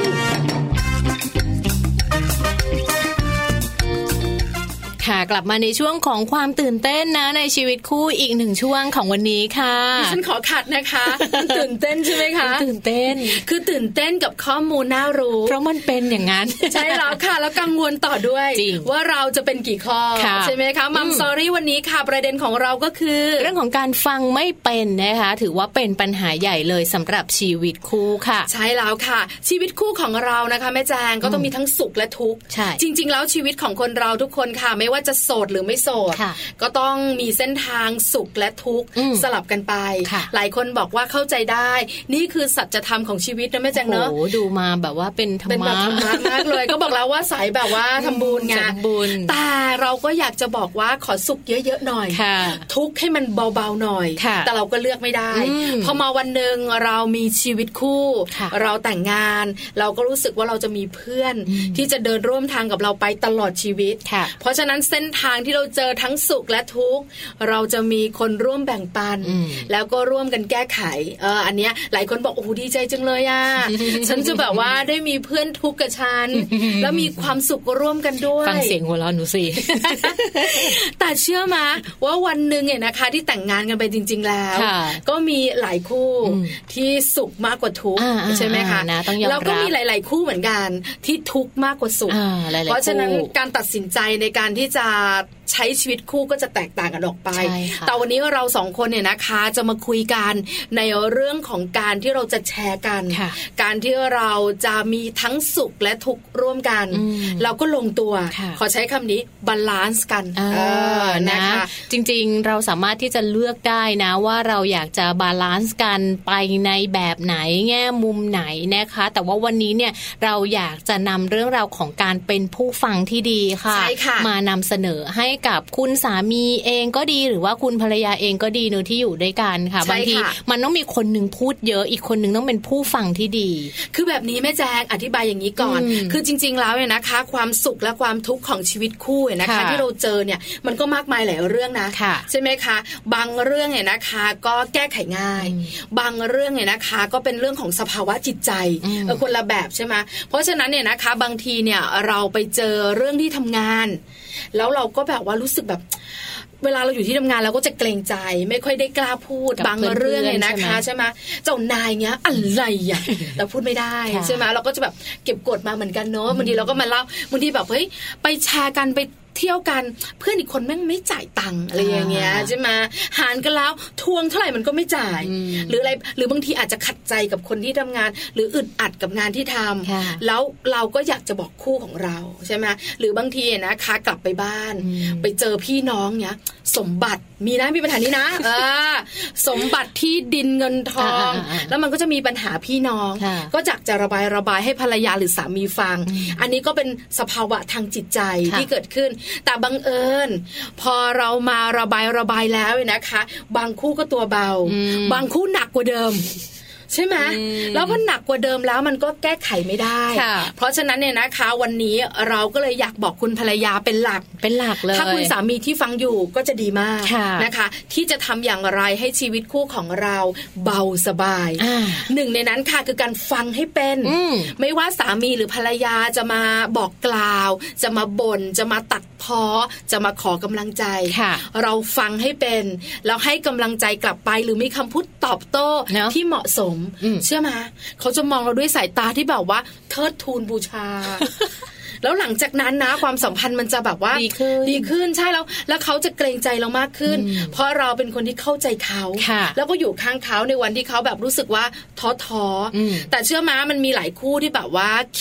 ค่ะกลับมาในช่วงของความตื่นเต้นนะในชีวิตคู่อีกหนึ่งช่วงของวันนี้ค่ะดิฉันขอขัดนะคะตื่นเต้นใช่ไหมคะตื่นเต้นคือตื่นเต้นกับข้อมูลน่ารู้เพราะมันเป็นอย่างนั้นใช่แล้วค่ะแล้วกังวลต่อด้วยว่าเราจะเป็นกี่ข้อใช่ไหมคะมัมสตอรี่วันนี้ค่ะประเด็นของเราก็คือเรื่องของการฟังไม่เป็นนะคะถือว่าเป็นปัญหาใหญ่เลยสำหรับชีวิตคู่ค่ะใช่แล้วค่ะชีวิตคู่ของเรานะคะแม่แจงก็ต้องมีทั้งสุขและทุกข์จริงๆแล้วชีวิตของคนเราทุกคนค่ะไม่ว่าจะโสดหรือไม่โสดก็ต้องมีเส้นทางสุขและทุกข์สลับกันไปหลายคนบอกว่าเข้าใจได้นี่คือสัจธรรมของชีวิตนะแม่แจงเนอะโอ้ดูมาแบบว่าเป็นธรรมะมากเลยก็บอกแล้วว่าสายแบบว่าทำบุญไงแต่เราก็อยากจะบอกว่าขอสุขเยอะๆหน่อยทุกข์ให้มันเบาๆหน่อยแต่เราก็เลือกไม่ได้พอมาวันนึงเรามีชีวิตคู่เราแต่งงานเราก็รู้สึกว่าเราจะมีเพื่อนที่จะเดินร่วมทางกับเราไปตลอดชีวิตเพราะฉะนั้นเส้นทางที่เราเจอทั้งสุขและทุกข์เราจะมีคนร่วมแบ่งปันแล้วก็ร่วมกันแก้ไขอันเนี้ยหลายคนบอกโอ้ดีใจจังเลยอ่ะ ฉันจะแบบว่าได้มีเพื่อนทุกข์กับฉัน แล้วมีความสุขร่วมกันด้วยฟังเสียงหัวเราะหนูสิแต่เชื่อมาว่าวันนึงเนี่ยนะคะที่แต่งงานกันไปจริงๆแล้วก็มีหลายคู่ที่สุขมากกว่าทุกข์ใช่ไหมคะแล้วก็มีหลายๆคู่เหมือนกันที่ทุกข์มากกว่าสุขเพราะฉะนั้นการตัดสินใจในการที่จะใช้ชีวิตคู่ก็จะแตกต่างกันออกไปแต่วันนี้เราสองคนเนี่ยนะคะจะมาคุยกันในเรื่องของการที่เราจะแชร์กันการที่เราจะมีทั้งสุขและทุกข์ร่วมกันเราก็ลงตัวขอใช้คำนี้บาลานซ์กันนะคะจริงๆเราสามารถที่จะเลือกได้นะว่าเราอยากจะบาลานซ์กันไปในแบบไหนแง่มุมไหนนะคะแต่ว่าวันนี้เนี่ยเราอยากจะนำเรื่องราวของการเป็นผู้ฟังที่ดีค่ะมานำเสนอให้กับคุณสามีเองก็ดีหรือว่าคุณภรรยาเองก็ดีเนอะที่อยู่ด้วยกันค่ะบางทีมันต้องมีคนนึงพูดเยอะอีกคนนึงต้องเป็นผู้ฟังที่ดีคือแบบนี้แม่แจงอธิบายอย่างนี้ก่อนคือจริงๆแล้วเนี่ยนะคะความสุขและความทุกข์ของชีวิตคู่เนี่ยนะคะที่เราเจอเนี่ยมันก็มากมายหลายเรื่องนะใช่ไหมคะบางเรื่องเนี่ยนะคะก็แก้ไขง่ายบางเรื่องเนี่ยนะคะก็เป็นเรื่องของสภาวะจิตใจคนละแบบใช่ไหมเพราะฉะนั้นเนี่ยนะคะบางทีเนี่ยเราไปเจอเรื่องที่ทำงานแล้วเราก็แบบว่ารู้สึกแบบเวลาเราอยู่ที่ทำงานเราก็จะเกรงใจไม่ค่อยได้กล้าพูดบางเรื่องเนี่ยนะคะใช่ไหมเจ้านายเงี้ยอะไรอ่ะเราพูดไม่ได้ใช่ไหมเราก็จะแบบเก็บกดมาเหมือนกันเนอะบางทีเราก็มาเล่าบางทีแบบเฮ้ยไปแชร์กันไปเที่ยวกันเพื่อนอีกคนแม่งไม่จ่ายตังค์อะไรอย่างเงี้ยใช่ไหมหารกันแล้วทวงเท่าไหร่มันก็ไม่จ่ายหรืออะไรหรือบางทีอาจจะขัดใจกับคนที่ทำงานหรืออึดอัดกับงานที่ทำแล้วเราก็อยากจะบอกคู่ของเราใช่ไหมหรือบางทีนะคะกลับไปบ้านไปเจอพี่น้องเนี้ยสมบัติมีปัญหานี้นะสมบัติที่ดินเงินทองแล้วมันก็จะมีปัญหาพี่น้องก็อยากจะระบายให้ภรรยาหรือสามีฟังอันนี้ก็เป็นสภาวะทางจิตใจที่เกิดขึ้นแต่บังเอิญพอเรามาระบายแล้วนะคะบางคู่ก็ตัวเบาบางคู่หนักกว่าเดิมใช่ไหมแล้วพอหนักกว่าเดิมแล้วมันก็แก้ไขไม่ได้เพราะฉะนั้นเนี่ยนะคะวันนี้เราก็เลยอยากบอกคุณภรรยาเป็นหลักเลยถ้าคุณสามีที่ฟังอยู่ก็จะดีมากนะคะที่จะทำอย่างไรให้ชีวิตคู่ของเราเบาสบายหนึ่งในนั้นค่ะคือการฟังให้เป็นไม่ว่าสามีหรือภรรยาจะมาบอกกล่าวจะมาบ่นจะมาตัดพ้อจะมาขอกำลังใจเราฟังให้เป็นแล้วให้กำลังใจกลับไปหรือมีคำพูดตอบโต้ที่เหมาะสมเชื่อไหมเขาจะมองเราด้วยสายตาที่แบบว่าเทิดทูนบูชา แล้วหลังจากนั้นนะความสัมพันธ์มันจะแบบว่าดีขึ้นใช่แล้วเขาจะเกรงใจเรามากขึ้นเพราะเราเป็นคนที่เข้าใจเขาแล้วก็อยู่ข้างเขาในวันที่เขาแบบรู้สึกว่าท้อแต่เชื่อไหมมันมีหลายคู่ที่แบบว่าคิด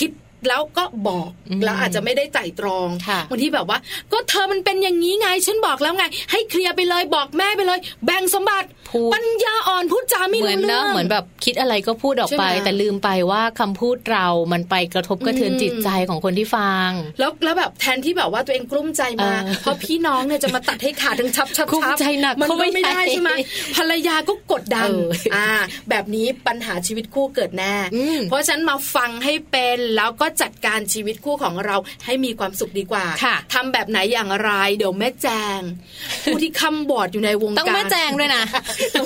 แล้วก็บอกแล้วอาจจะไม่ได้ไตร่ตรองบางทีแบบว่าก็เธอมันเป็นอย่างนี้ไงฉันบอกแล้วไงให้เคลียร์ไปเลยบอกแม่ไปเลยแบ่งสมบัติปัญญาอ่อนพูดจาไม่รู้เรื่องเหมือนแบบคิดอะไรก็พูดออกไปแต่ลืมไปว่าคำพูดเรามันไปกระทบกระเทือนจิตใจของคนที่ฟังแล้วแบบแทนที่แบบว่าตัวเองกลุ้มใจมาเพราะพี่น้องเนี่ยจะมาตัดให้ขาดทั้งชับใจหนักมันก็ไม่ได้ใช่ไหมภรรยาก็กดดันแบบนี้ปัญหาชีวิตคู่เกิดแน่เพราะฉะนั้นมาฟังให้เป็นแล้วก็จัดการชีวิตคู่ของเราให้มีความสุขดีกว่าทำแบบไหนอย่างไรเดี๋ยวแม่แจงผู้ที่คำบอดอยู่ในวงการต้องแม่แจงด้วยนะ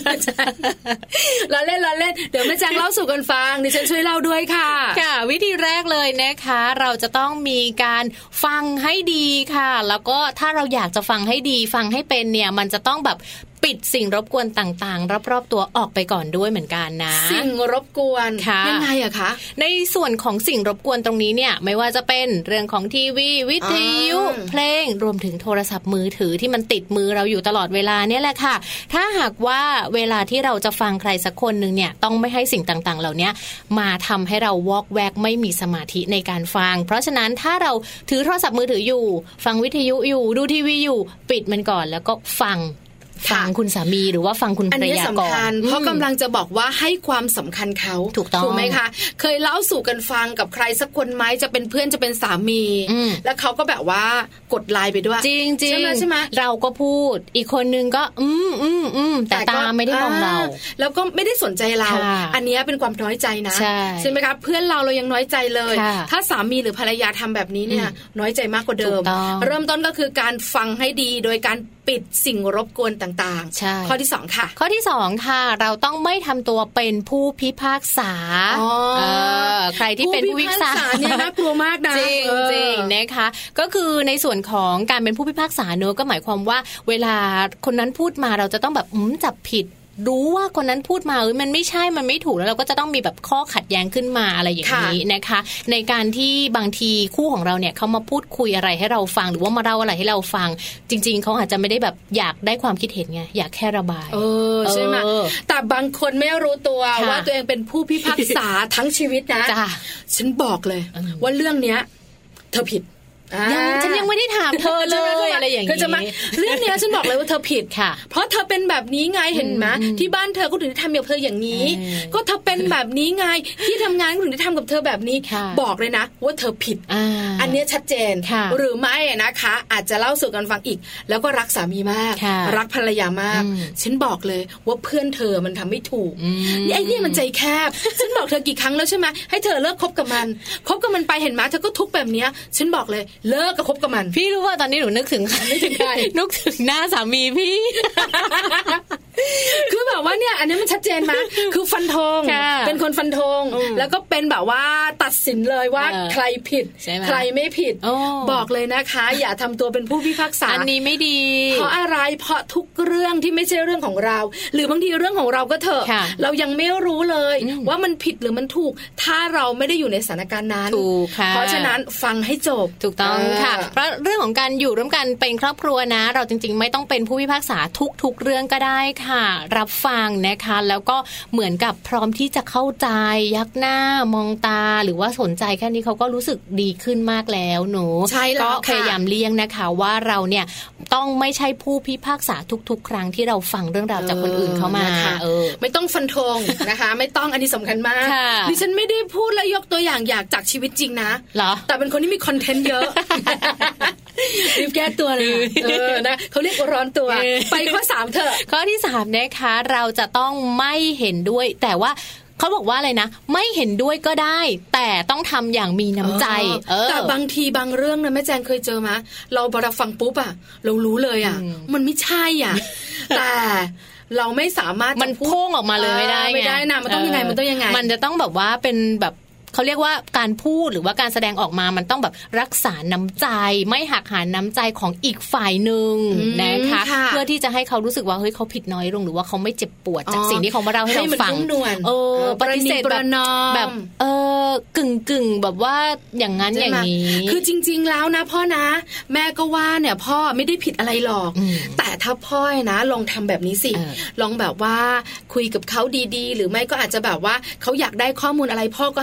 เราเล่นเดี๋ยวแม่แจงเล่าสู่กันฟังดิฉันช่วยเล่าด้วยค่ะค่ะวิธีแรกเลยนะคะเราจะต้องมีการฟังให้ดีค่ะแล้วก็ถ้าเราอยากจะฟังให้ดีฟังให้เป็นเนี่ยมันจะต้องแบบปิดสิ่งรบกวนต่างๆรอบๆตัวออกไปก่อนด้วยเหมือนกันนะสิ่งรบกวนยังไงอะคะในส่วนของสิ่งรบกวนตรงนี้เนี่ยไม่ว่าจะเป็นเรื่องของทีวีวิทยุเพลงรวมถึงโทรศัพท์มือถือที่มันติดมือเราอยู่ตลอดเวลาเนี่ยแหละค่ะถ้าหากว่าเวลาที่เราจะฟังใครสักคนนึงเนี่ยต้องไม่ให้สิ่งต่างๆเหล่านี้มาทำให้เราวอกแวกไม่มีสมาธิในการฟังเพราะฉะนั้นถ้าเราถือโทรศัพท์มือถืออยู่ฟังวิทยุอยู่ดูทีวีอยู่ปิดมันก่อนแล้วก็ฟังคุณสามีหรือว่าฟังคุณภรรยาก่อนอันนี้สำคัญเพราะกำลังจะบอกว่าให้ความสำคัญเขาถูกไหมคะเคยเล่าสู่กันฟังกับใครสักคนไหมจะเป็นเพื่อนจะเป็นสามีแล้วเขาก็แบบว่ากดไลน์ไปด้วยจริงจริงใช่ไหมเราก็พูดอีกคนนึงก็แต่ตาไม่ได้มองเราแล้วก็ไม่ได้สนใจเราอันนี้เป็นความน้อยใจนะใช่ไหมคะเพื่อนเรายังน้อยใจเลยถ้าสามีหรือภรรยาทำแบบนี้เนี่ยน้อยใจมากกว่าเดิมเริ่มต้นก็คือการฟังให้ดีโดยการปิดสิ่งรบกวนต่างๆข้อที่2ค่ะข้อที่2ค่ะเราต้องไม่ทำตัวเป็นผู้พิพากษาใครที่เป็นผู้พิพากษาเนี่ยน่ากลัวมากนะจริงๆนะคะก็คือในส่วนของการเป็นผู้พิพากษาเนอะก็หมายความว่าเวลาคนนั้นพูดมาเราจะต้องแบบจับผิดรู้ว่าคนนั้นพูดมามันไม่ใช่มันไม่ถูกแล้วเราก็จะต้องมีแบบข้อขัดแย้งขึ้นมาอะไรอย่างนี้นะคะในการที่บางทีคู่ของเราเนี่ยเขามาพูดคุยอะไรให้เราฟังหรือว่ามาเล่าอะไรให้เราฟังจริงๆเขาอาจจะไม่ได้แบบอยากได้ความคิดเห็นไงอยากแค่ระบายใช่ไหมแต่บางคนไม่รู้ตัวว่าตัวเองเป็นผู้พิพากษาทั้งชีวิตนะฉันบอกเลยว่าเรื่องเนี้ยเธอผิดฉันยังไม่ได้ถามเธอเลยอะไรอย่างนี้คือจะมาเรื่องนี้ฉันบอกเลยว่าเธอผิดค่ะเพราะเธอเป็นแบบนี้ไงเห็นไหมที่บ้านเธอก็ถึงได้ทำกับเธออย่างนี้ก็เธอเป็นแบบนี้ไงที่ทำงานก็ถึงได้ทำกับเธอแบบนี้บอกเลยนะว่าเธอผิดอันนี้ชัดเจนหรือไม่นะคะอาจจะเล่าสู่กันฟังอีกแล้วก็รักสามีมากรักภรรยามากฉันบอกเลยว่าเพื่อนเธอมันทำไม่ถูกไอ้นี่มันใจแคบฉันบอกเธอกี่ครั้งแล้วใช่ไหมให้เธอเลิกคบกับมันไปเห็นไหมเธอก็ทุกข์แบบนี้ฉันบอกเลยเลิกกับคบกับมันพี่รู้ว่าตอนนี้หนูนึกถึงใครนึกถึงหน้าสามีพี่คือแบบว่าเนี่ยอันนี้มันชัดเจนมั้ยคือฟันธงเป็นคนฟันธงแล้วก็เป็นแบบว่าตัดสินเลยว่าใครผิดใครไม่ผิดบอกเลยนะคะอย่าทำตัวเป็นผู้พิพากษาอันนี้ไม่ดีเพราะอะไรเพราะทุกเรื่องที่ไม่ใช่เรื่องของเราหรือบางทีเรื่องของเราก็เถอะเรายังไม่รู้เลยว่ามันผิดหรือมันถูกถ้าเราไม่ได้อยู่ในสถานการณ์นั้นเพราะฉะนั้นฟังให้จบถูกต้องค่ะเพราะเรื่องของการอยู่ร่วมกันเป็นครอบครัวนะเราจริงๆไม่ต้องเป็นผู้พิพากษาทุกเรื่องก็ได้ค่ะรับฟังนะคะแล้วก็เหมือนกับพร้อมที่จะเข้าใจยักหน้ามองตาหรือว่าสนใจแค่นี้เขาก็รู้สึกดีขึ้นมากแล้วหนูก็พยายามเลี่ยงนะคะว่าเราเนี่ยต้องไม่ใช่ผู้พิพากษาทุกๆครั้งที่เราฟังเรื่องราวจากคนอื่นเข้ามาไม่ต้องฟันธงนะคะไม่ต้องอันนี้สำคัญมากดิฉันไม่ได้พูดและยกตัวอย่างจากชีวิตจริงนะแต่เป็นคนที่มีคอนเทนต์เยอะรีบแก้ตัวเลยนะเขาเรียกร้อนตัวไปข้อ3เถอะข้อที่3นะคะเราจะต้องไม่เห็นด้วยแต่ว่าเขาบอกว่าอะไรนะไม่เห็นด้วยก็ได้แต่ต้องทำอย่างมีน้ำใจแต่บางทีบางเรื่องนะแม่แจงเคยเจอมาเราพอเราฟังปุ๊บอ่ะเรารู้เลยอ่ะมันไม่ใช่อ่ะแต่เราไม่สามารถมันพุ่งออกมาเลยไม่ได้นะมันต้องยังไงมันจะต้องแบบว่าเป็นแบบเขาเรียกว่าการพูดหรือว่าการแสดงออกมามันต้องแบบรักษาน้ำใจไม่หักหานน้ำใจของอีกฝ่ายนึงนะคะเพื่อที่จะให้เขารู้สึกว่าเฮ้ยเขาผิดน้อยลงหรือว่าเขาไม่เจ็บปวดจากสิ่งที่เขามาเล่าให้เราฟังปฏิเสธแบบกึ่งแบบว่าอย่างนั้นอย่างนี้คือจริงๆแล้วนะพ่อนะแม่ก็ว่าเนี่ยพ่อไม่ได้ผิดอะไรหรอกแต่ถ้าพ่อนะลองทำแบบนี้สิลองแบบว่าคุยกับเขาดีๆหรือไม่ก็อาจจะแบบว่าเขาอยากได้ข้อมูลอะไรพ่อก็ให้เขาไป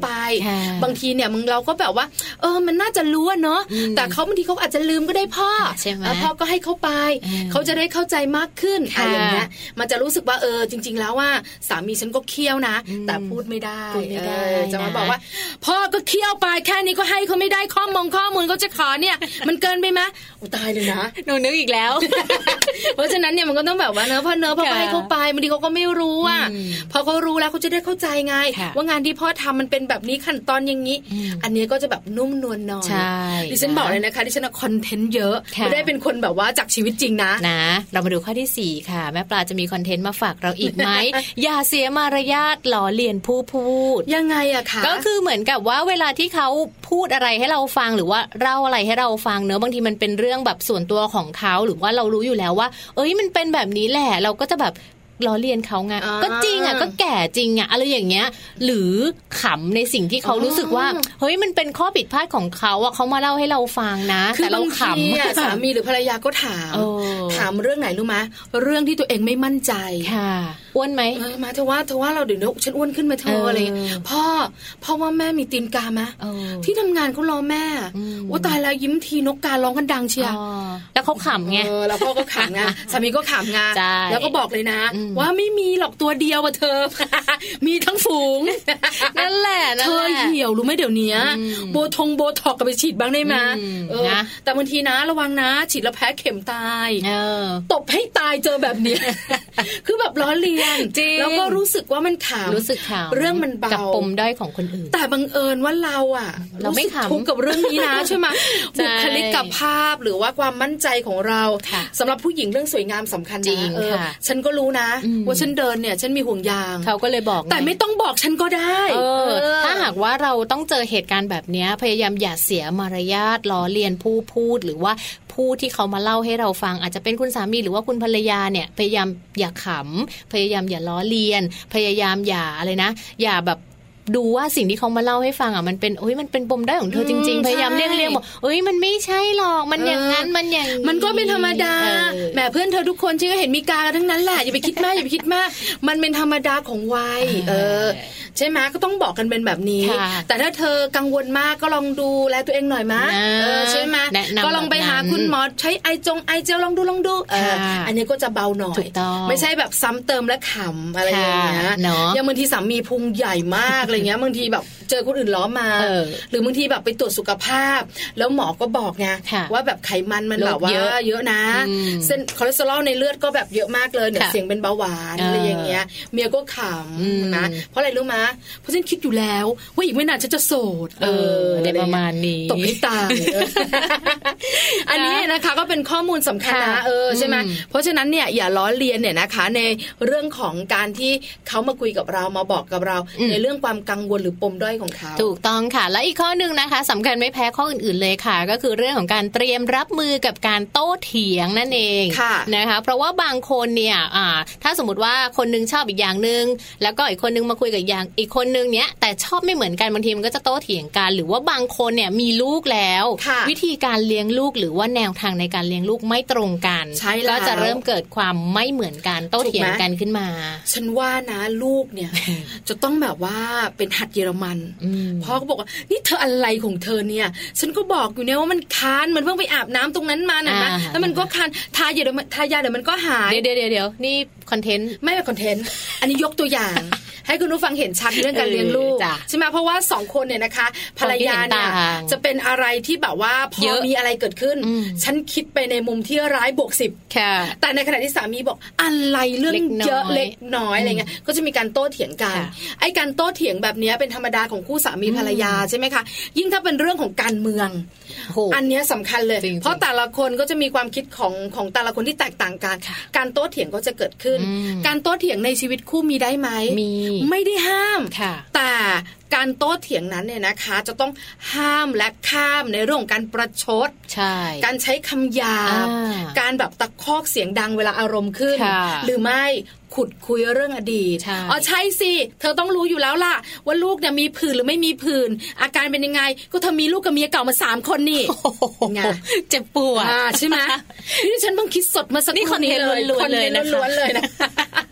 ไปบางทีเนี่ยเราก็แบบว่ามันน่าจะรู้เนาะแต่เขาบางทีเขาอาจจะลืมก็ได้พ่อพ่อก็ให้เขาไปเขาจะได้เข้าใจมากขึ้นอะไรอย่างเงี้ยมันจะรู้สึกว่าจริงๆแล้วว่าสามีฉันก็เคี่ยวนะแต่พูดไม่ได้จะมาบอกว่าพ่อก็เคี่ยวไปแค่นี้ก็ให้เขาไม่ได้ข้อมูลเขาจะขอเนี่ยมันเกินไปไหมตายเลยนะหนูนึกอีกแล้วเพราะฉะนั้นเนี่ยมันก็ต้องแบบว่าพ่อก็ให้เขาไปบางทีเขาก็ไม่รู้อ่ะพอเขารู้แล้วเขาจะได้เข้าใจไงว่างานที่พ่อทำมันเป็นแบบนี้ขั้นตอนอย่างนี้อันนี้ก็จะแบบนุ่มนวลหน่อยดิฉันบอกเลยนะคะดิฉันคอนเทนต์เยอะไม่ได้เป็นคนแบบว่าจากชีวิตจริงนะเรามาดูข้อที่4ค่ะแม่ปลาจะมีคอนเทนต์มาฝากเราอีกไหม อย่าเสียมารยาทล้อเลียนผู้พูดยังไงอะคะก็คือเหมือนกับว่าเวลาที่เขาพูดอะไรให้เราฟังหรือว่าเล่าอะไรให้เราฟังเนอะบางทีมันเป็นเรื่องแบบส่วนตัวของเขาหรือว่าเรารู้อยู่แล้วว่ามันเป็นแบบนี้แหละเราก็จะแบบล้อเลียนเขาไงก็จริงอ่ะก็แก่จริงอ่ะอะไรอย่างเงี้ยหรือขำในสิ่งที่เขารู้สึกว่าเฮ้ยมันเป็นข้อผิดพลาดของเขาอ่ะเขามาเล่าให้เราฟังนะแต่เราขำสามีหรือภรรยาก็ถามเรื่องไหนรู้ไหมเรื่องที่ตัวเองไม่มั่นใจค่ะอ้วนไหมมาเธอว่าเราเดี๋ยวฉันอ้วนขึ้นมาเธออะไรพ่อว่าแม่มีตีนกาไหมที่ทำงานเขาล้อแม่ว่าตายแล้วยิ้มทีนกการ้องกันดังเชียร์แล้วเขาขำไงแล้วพ่อก็ขำไงสามีก็ขำไงแล้วก็บอกเลยนะว่าไม่มีหรอกตัวเดียวเธอ มีทั้งฝูงนั่นแหละเธอเหี่ยวรู้ไหมเดี๋ยวนี้โบท็อกกับไปฉีดบ้างได้ไหมแต่บางทีนะระวังนะฉีดแล้วแพ้เข็มตายตบให้ตายเจอแบบนี้คือแบบล้อเลียนแล้วก็รู้สึกว่ามันขำเรื่องมันเบากับปมด้อยของคนอื่นแต่บังเอิญว่าเราไม่ขำทุกกับเรื่องนี้นะใช่ไหมบุคลิกภาพหรือว่าความมั่นใจของเราสำหรับผู้หญิงเรื่องสวยงามสำคัญนะฉันก็รู้นะว่าฉันเดินเนี่ยฉันมีห่วงยางเขาก็เลยบอกแต่ไม่ต้องบอกฉันก็ได้ถ้าหากว่าเราต้องเจอเหตุการณ์แบบนี้พยายามอย่าเสียมารยาทล้อเลียนผู้พูดหรือว่าผู้ที่เขามาเล่าให้เราฟังอาจจะเป็นคุณสามีหรือว่าคุณภรรยาเนี่ยพยายามอย่าขำพยายามอย่าล้อเลียนพยายามอย่าอะไรนะอย่าแบบดูว่าสิ่งที่เขามาเล่าให้ฟังมันเป็นมันเป็นปมด้อยของเธอจริงๆพยายามเลี่ยงบอกมันไม่ใช่หรอกมันอย่างนั้นมันอย่างนี้มันก็เป็นธรรมดาแหมเพื่อนเธอทุกคนฉันก็เห็นมีกาทั้งนั้นแหละอย่าไปคิดมากมันเป็นธรรมดาของวัยใช่ไหมก็ต้องบอกกันเป็นแบบนี้แต่ถ้าเธอกังวลมากก็ลองดูแลตัวเองหน่อยมั้ยใช่ไหมก็ลองไปหาคุณหมอใช้ไอเจลลองดูอันนี้ก็จะเบาหน่อยไม่ใช่แบบซ้ำเติมและขำอะไรอย่างเงี้ยอย่างบางทีสามีพุงใหญ่มากอะไรเงี้ยบางทีแบบเจอคนอื่นล้อมาหรือบางทีแบบไปตรวจสุขภาพแล้วหมอก็บอกไงว่าแบบไขมันมันแบบว่าเยอะนะเส้นคอเลสเตอรอลในเลือดก็แบบเยอะมากเลยเนี่ยเสี่ยงเป็นเบาหวานอะไรอย่างเงี้ยเมียก็ขำนะเพราะอะไรรู้มั้ยเพราะฉันคิดอยู่แล้วว่าอีกไม่นานฉันจะโสดในประมาณนี้ตบให้ตายอันนี้นะคะก็เป็นข้อมูลสำคัญนะใช่ไหมเพราะฉะนั้นเนี่ยอย่าล้อเลียนเนี่ยนะคะในเรื่องของการที่เขามาคุยกับเรามาบอกกับเราในเรื่องความกังวลหรือปมด้อยของเขาถูกต้องค่ะและอีกข้อนึงนะคะสำคัญไม่แพ้ข้ออื่นๆเลยค่ะก็คือเรื่องของการเตรียมรับมือกับการโต้เถียงนั่นเองนะคะเพราะว่าบางคนเนี่ยถ้าสมมติว่าคนนึงชอบอีกอย่างนึงแล้วก็อีกคนนึงมาคุยกับอีกคนนึงเนี้ยแต่ชอบไม่เหมือนกันบางทีมันก็จะโต้เถียงกันหรือว่าบางคนเนี่ยมีลูกแล้ววิธีการเลี้ยงลูกหรือว่าแนวทางในการเลี้ยงลูกไม่ตรงกันก็จะเริ่มเกิดความไม่เหมือนกันโต้เถียงกันขึ้นมาฉันว่านะลูกเนี่ย จะต้องแบบว่าเป็นหัดเยอรมันพ่อก็บอกว่านี่เธออะไรของเธอเนี่ยฉันก็บอกอยู่เนี่ยว่ามันคันมันเพิ่งไปอาบน้ำตรงนั้นมานะแล้วมันก็คันทายาเดี๋ยวมันก็หายเดี๋ยวนี่คอนเทนต์ไม่เป็นคอนเทนต์อันนี้ยกตัวอย่างให้คุณผู้ฟังเห็นชัดเรื่องการเลี้ยงลูกใช่ไหมเพราะว่า2คนเนี่ยนะคะภรรยาเนี่ยจะเป็นอะไรที่แบบว่าพอมีอะไรเกิดขึ้นฉันคิดไปในมุมที่ร้ายบวก10ค่ะแต่ในขณะที่สามีบอกอะไรเรื่องเยอะเล็กน้อยอะไรเงี้ยก็จะมีการโต้เถียงกันไอ้การโต้เถียงแบบนี้เป็นธรรมดาของคู่สามีภรรยาใช่ไหมคะยิ่งถ้าเป็นเรื่องของการเมืองอันนี้สำคัญเลยเพราะแต่ละคนก็จะมีความคิดของแต่ละคนที่แตกต่างกันการโต้เถียงก็จะเกิดขึ้นการโต้เถียงในชีวิตคู่มีได้ไหมไม่ได้ห้ามแต่การโต้เถียงนั้นเนี่ยนะคะจะต้องห้ามและข้ามในเรื่องของการประชดการใช้คำหยาบการแบบตะคอกเสียงดังเวลาอารมณ์ขึ้นหรือไม่ขุดคุยเรื่องอดีตใช่สิเธอต้องรู้อยู่แล้วล่ะว่าลูกเนี่ยมีผื่นหรือไม่มีผื่นอาการเป็นยังไงก็เธอมีลูกกับเมียเก่ามา3คนนี่ไงเจ็บปวดใช่ไหมนี่ฉันเพิ่งคิดสดมาสักคอนเทนต์ล้วนๆเลยนะ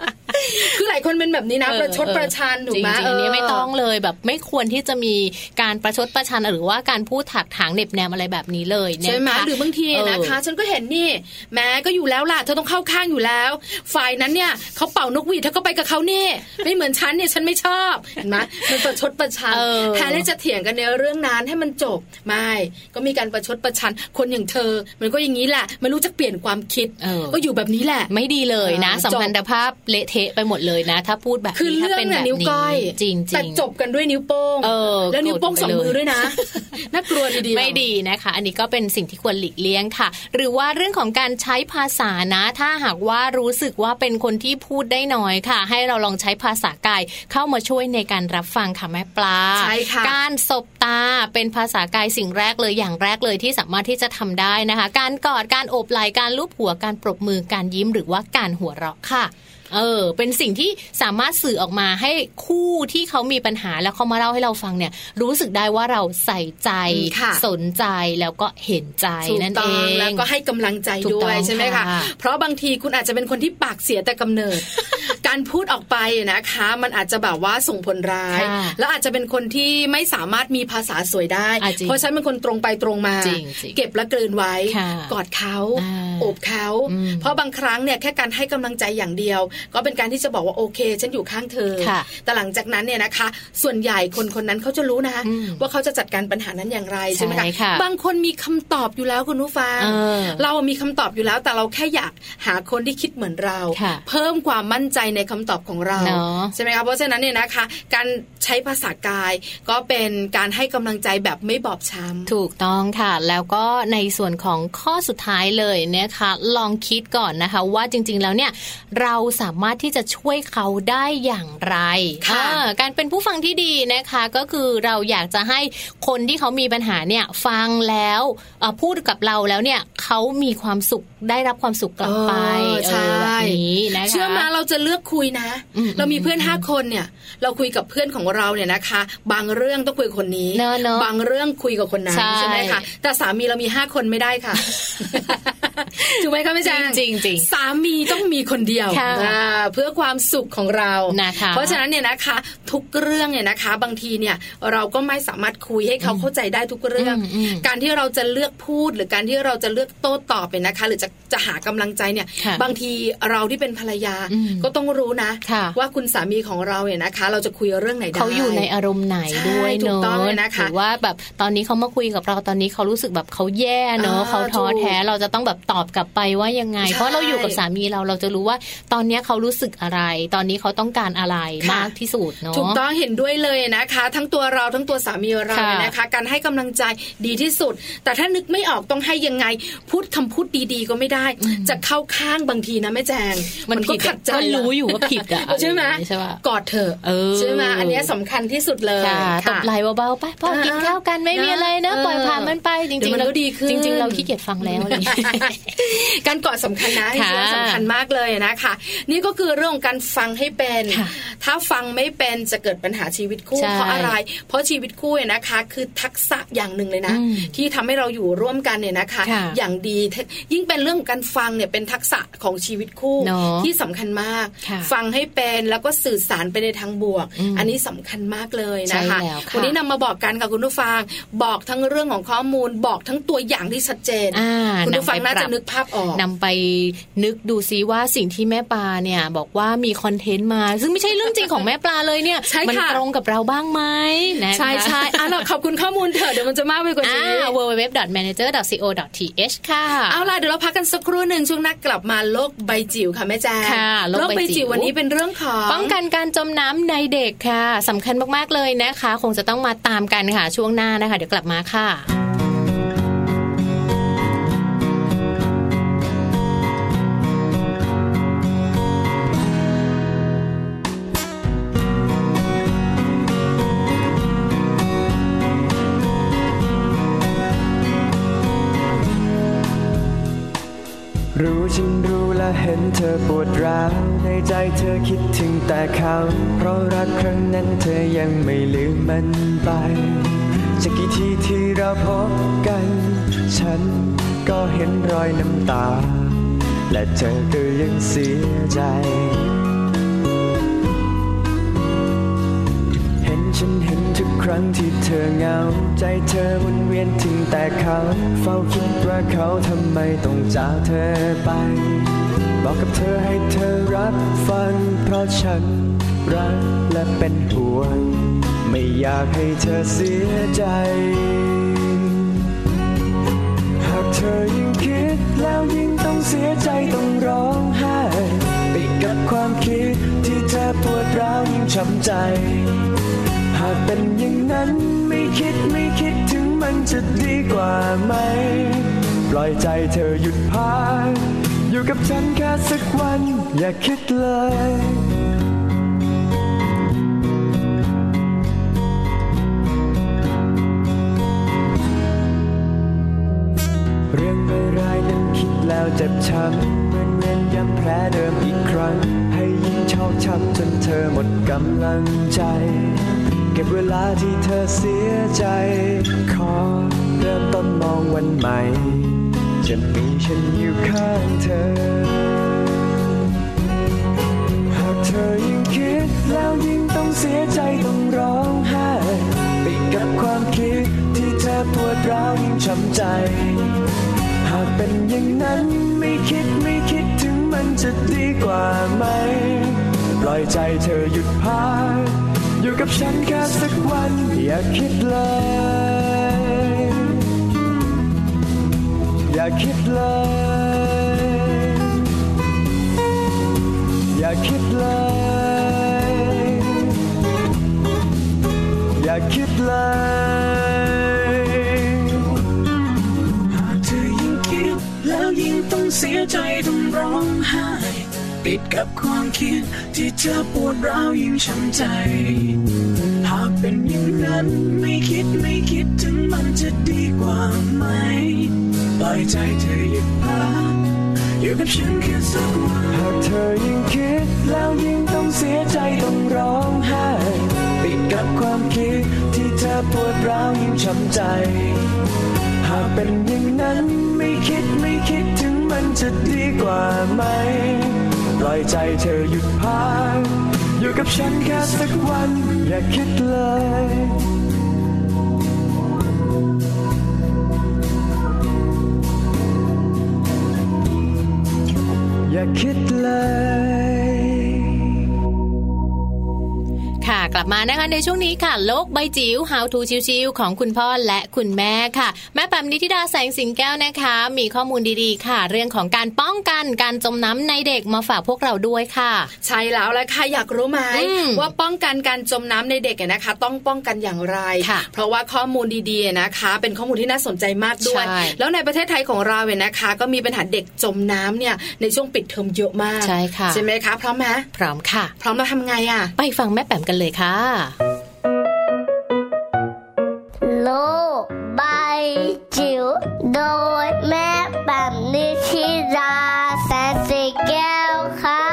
คือหลายคนเป็นแบบนี้นะประชดประชันถูกไหมจริงๆอันนี้ไม่ต้องเลยแบบไม่ควรที่จะมีการประชดประชันหรือว่าการพูดถักถางเน็บแนมอะไรแบบนี้เลยใช่ไหมหรือบางทีนะคะฉันก็เห็นนี่แม้ก็อยู่แล้วล่ะเธอต้องเข้าข้างอยู่แล้วฝ่ายนั้นเนี่ยเขาเป่านกหวีดเธอก็ไปกับเขานี่ไม่เหมือนฉันเนี่ยฉันไม่ชอบเห็นไหมมันประชดประชันแทนที่จะเถียงกันในเรื่องนั้นให้มันจบไม่ก็มีการประชดประชันคนอย่างเธอมันก็อย่างนี้แหละไม่รู้จะเปลี่ยนความคิดก็อยู่แบบนี้แหละไม่ดีเลยนะสัมพันธภาพเละเทะไปหมดเลยนะถ้าพูดแบบนี้ถ้าเป็นแบบนี้จริงแต่จบกันด้วยนิ้วโป้งแล้วนิ้วโป้ง2 มือด้วยนะน่ากลัวดีๆไม่ดีนะคะอันนี้ก็เป็นสิ่งที่ควรหลีกเลี่ยงค่ะหรือว่าเรื่องของการใช้ภาษานะถ้าหากว่ารู้สึกว่าเป็นคนที่พูดได้น้อยค่ะให้เราลองใช้ภาษากายเข้ามาช่วยในการรับฟังค่ะแม่ปลาใช่ค่ะการสบตาเป็นภาษากายสิ่งแรกเลยอย่างแรกเลยที่สามารถที่จะทำได้นะคะการกอดการโอบไหล่การลูบหัวการปรบมือการยิ้มหรือว่าการหัวเราะค่ะเป็นสิ่งที่สามารถสื่อออกมาให้คู่ที่เขามีปัญหาแล้วเขามาเล่าให้เราฟังเนี่ยรู้สึกได้ว่าเราใส่ใจสนใจแล้วก็เห็นใจนั่นเองแล้วก็ให้กำลังใจด้วยใช่ไหมคะเพราะบางทีคุณอาจจะเป็นคนที่ปากเสียแต่กำเนิด การพูดออกไปนะคะมันอาจจะแบบว่าส่งผลร้ายแล้วอาจจะเป็นคนที่ไม่สามารถมีภาษาสวยได้เพราะฉันเป็นคนตรงไปตรงมาเก็บและกลืนไว้กอดเขาโอบเขาเพราะบางครั้งเนี่ยแค่การให้กำลังใจอย่างเดียวก็เป็นการที่จะบอกว่าโอเคฉันอยู่ข้างเธอแต่หลังจากนั้นเนี่ยนะคะส่วนใหญ่คนนั้นเขาจะรู้นะคะว่าเขาจะจัดการปัญหานั้นอย่างไรใช่ไหมคะบางคนมีคำตอบอยู่แล้วคุณผู้ฟังเรามีคำตอบอยู่แล้วแต่เราแค่อยากหาคนที่คิดเหมือนเราเพิ่มความมั่นใจในคำตอบของเราใช่ไหมคะเพราะฉะนั้นเนี่ยนะคะการใช้ภาษากายก็เป็นการให้กำลังใจแบบไม่บอบช้ำถูกต้องค่ะแล้วก็ในส่วนของข้อสุดท้ายเลยนะคะลองคิดก่อนนะคะว่าจริงๆแล้วเนี่ยเราสามารถที่จะช่วยเขาได้อย่างไรการเป็นผู้ฟังที่ดีนะคะก็คือเราอยากจะให้คนที่เขามีปัญหาเนี่ยฟังแล้วพูดกับเราแล้วเนี่ยเขามีความสุขได้รับความสุขกลับไปแบบนี้นะคะเชื่อมาเราจะเลือกคุยนะเรามีเพื่อน5 คนเนี่ยเราคุยกับเพื่อนของเราเนี่ยนะคะบางเรื่องต้องคุยกับคนนี้บางเรื่องคุยกับคนนั้นใช่ไหมคะแต่สามีเรามี5 คนไม่ได้ค่ะถูกไหมคะแม่แจ้งจริงสามีต้องมีคนเดียวเพื่อความสุขของเรานะคะเพราะฉะนั้นเนี่ยนะคะทุกเรื่องเนี่ยนะคะบางทีเนี่ยเราก็ไม่สามารถคุยให้เขาเข้าใจได้ทุกเรื่องการที่เราจะเลือกพูดหรือการที่เราจะเลือกโต้ตอบเนี่ยนะคะหรือจะหากำลังใจเนี่ยบางทีเราที่เป็นภรรยาก็ต้องรู้นะว่าคุณสามีของเราเนี่ยนะคะเราจะคุยเรื่องไหนได้เขาอยู่ในอารมณ์ไหนด้วยเนอะหรือว่าแบบตอนนี้เขามาคุยกับเราตอนนี้เขารู้สึกแบบเขาแย่เนอะเขาท้อแท้เราจะต้องแบบตอบกลับไปว่ายังไงเพราะเราอยู่กับสามีเราจะรู้ว่าตอนนี้เขารู้สึกอะไรตอนนี้เขาต้องการอะไรมากที่สุดเนาะถูกต้องเห็นด้วยเลยนะคะทั้งตัวเราทั้งตัวสามีเรานะคะการให้กำลังใจดีที่สุดแต่ถ้านึกไม่ออกต้องให้ยังไงพูดคำพูดดีๆก็ไม่ได้จะเข้าข้างบางทีนะแม่แจงมันก็ขัดใจก็รู้อยู่ว่าผิดอ่ะใช่ไหมกอดเธอใช่ไหมอันนี้สำคัญที่สุดเลยตบไหล่เบาๆไปพอกินข้าวกันไม่มีอะไรนะปล่อยผ่านมันไปจริงๆเราดีขึ้นจริงๆเราขี้เกียจฟังแล้วการกอดสำคัญนะสำคัญมากเลยนะคะนี่ก็คือเรื่องการฟังให้เป็นถ้าฟังไม่เป็นจะเกิดปัญหาชีวิตคู่เพราะอะไรเพราะชีวิตคู่เนี่ยนะคะคือทักษะอย่างหนึ่งเลยนะที่ทำให้เราอยู่ร่วมกันเนี่ยนะคะอย่างดียิ่งเป็นเรื่องการฟังเนี่ยเป็นทักษะของชีวิตคู่ที่สำคัญมากฟังให้เป็นแล้วก็สื่อสารไปในทางบวกอันนี้สำคัญมากเลยนะคะวันนี้นำมาบอกกันค่ะคุณผู้ฟังบอกทั้งเรื่องของข้อมูลบอกทั้งตัวอย่างที่ชัดเจนคุณผู้ฟังน่าจะนึกภาพออกนำไปนึกดูซิว่าสิ่งที่แม่ปลาเนี่ยบอกว่ามีคอนเทนต์มาซึ่งไม่ใช่เรื่องจริงของแม่ปลาเลยเนี่ยมันตรงกับเราบ้างไหมนะคะใช่ๆขอบคุณข้อมูลเถอะเดี๋ยวมันจะมากไปกว่านี้ www.manager.co.th ค่ะเอาล่ะเดี๋ยวเราพักกันสักครู่นึงช่วงนักกลับมาโลกใบจิ๋วค่ะแม่แจ้งโลกใบจิ๋ววันนี้เป็นเรื่องของป้องกันการจมน้ำในเด็กค่ะสำคัญมากๆเลยนะคะคงจะต้องมาตามกันค่ะช่วงหน้านะคะเดี๋ยวกลับมาค่ะรู้ฉันรู้และเห็นเธอปวดร้าวในใจเธอคิดถึงแต่เขาเพราะรักครั้งนั้นเธอยังไม่ลืมมันไปจะกี่ทีที่เราพบกันฉันก็เห็นรอยน้ำตาและเธอก็ยังเสียใจฉันเห็นทุกครั้งที่เธอเหงาใจเธอวนเวียนถึงแต่เขาเฝ้าคิดว่าเขาทำไมต้องจากเธอไปบอกกับเธอให้เธอรับฟังเพราะฉันรักและเป็นห่วงไม่อยากให้เธอเสียใจหากเธอยิ่งคิดแล้วยิ่งต้องเสียใจต้องร้องไห้ไปกับความคิดที่เธอปวดร้าวยิ่งช้ำใจหากเป็นอย่างนั้นไม่คิดถึงมันจะดีกว่าไหมปล่อยใจเธอหยุดพักอยู่กับฉันแค่สักวันอย่าคิดเลยเรื่องร้ายๆนั้นคิดแล้วเจ็บช้ำเหมือนเวียนย้ำแผลเดิมอีกครั้งให้ยิ่งชอกช้ำจนเธอหมดกำลังใจเก็บเวลาที่เธอเสียใจขอเริ่มต้นมองวันใหม่จะมีฉันอยู่ข้างเธอหากเธอยิ่งคิดแล้วยิ่งต้องเสียใจต้องร้องไห้ไปกับความคิดที่เธอปวดร้าวยิ่งช้ำใจหากเป็นอย่างนั้นไม่คิดถึงมันจะดีกว่าไหมปล่อยใจเธอหยุดพักอยู่กับฉันแค่สักวันอย่าคิดเลยอย่าคิดเลยอย่าคิดเลยอย่าคิดเลยหากเธอยิ่งคิดแล้วยิ่งต้องเสียใจต้องร้องไห้ติดกับความคิดที่เธอปวดร้าวยิ่งช้ำใจหากเป็นอย่างนั้นไม่คิดถึงมันจะดีกว่าไหมปล่อยใจเธอหยุดพักอยู่กับฉันแค่สักวันหากเธอยิ่งคิดแล้วยิ่งต้องเสียใจต้องร้องไห้ติดกับความคิดที่เธอปวดร้าวยิ่งช้ำใจหากเป็นอย่างนั้นไม่คิดถึงมันจะดีกว่าไหมปล่อยใจเธอหยุดพักอยู่กับฉันแค่สักวันอย่าคิดเลยอย่าคิดเลยค่ะกลับมานะคะในช่วงนี้ค่ะโลกใบจิ๋ว How to ชิวๆของคุณพ่อและคุณแม่ค่ะแม่แปมนิธิดาแสงสิงแก้วนะคะมีข้อมูลดีๆค่ะเรื่องของการป้องกันการจมน้ำในเด็กมาฝากพวกเราด้วยค่ะใช่แล้วละค่ะอยากรู้ไหมว่าป้องกันการจมน้ำในเด็กนะคะต้องป้องกันอย่างไรเพราะว่าข้อมูลดีๆนะคะเป็นข้อมูลที่น่าสนใจมากด้วยแล้วในประเทศไทยของเราเนี่ยนะคะก็มีปัญหาเด็กจมน้ำเนี่ยในช่วงปิดเทอมเยอะมากใช่ค่ะใช่ไหมคะพร้อมไหมพร้อมค่ะพร้อมแล้วทำไงอ่ะไปฟังแม่แปมกันเลยค่ะโลกใบจิ๋วโดยแม่แปมนิธิดาแสนสีแก้วครับ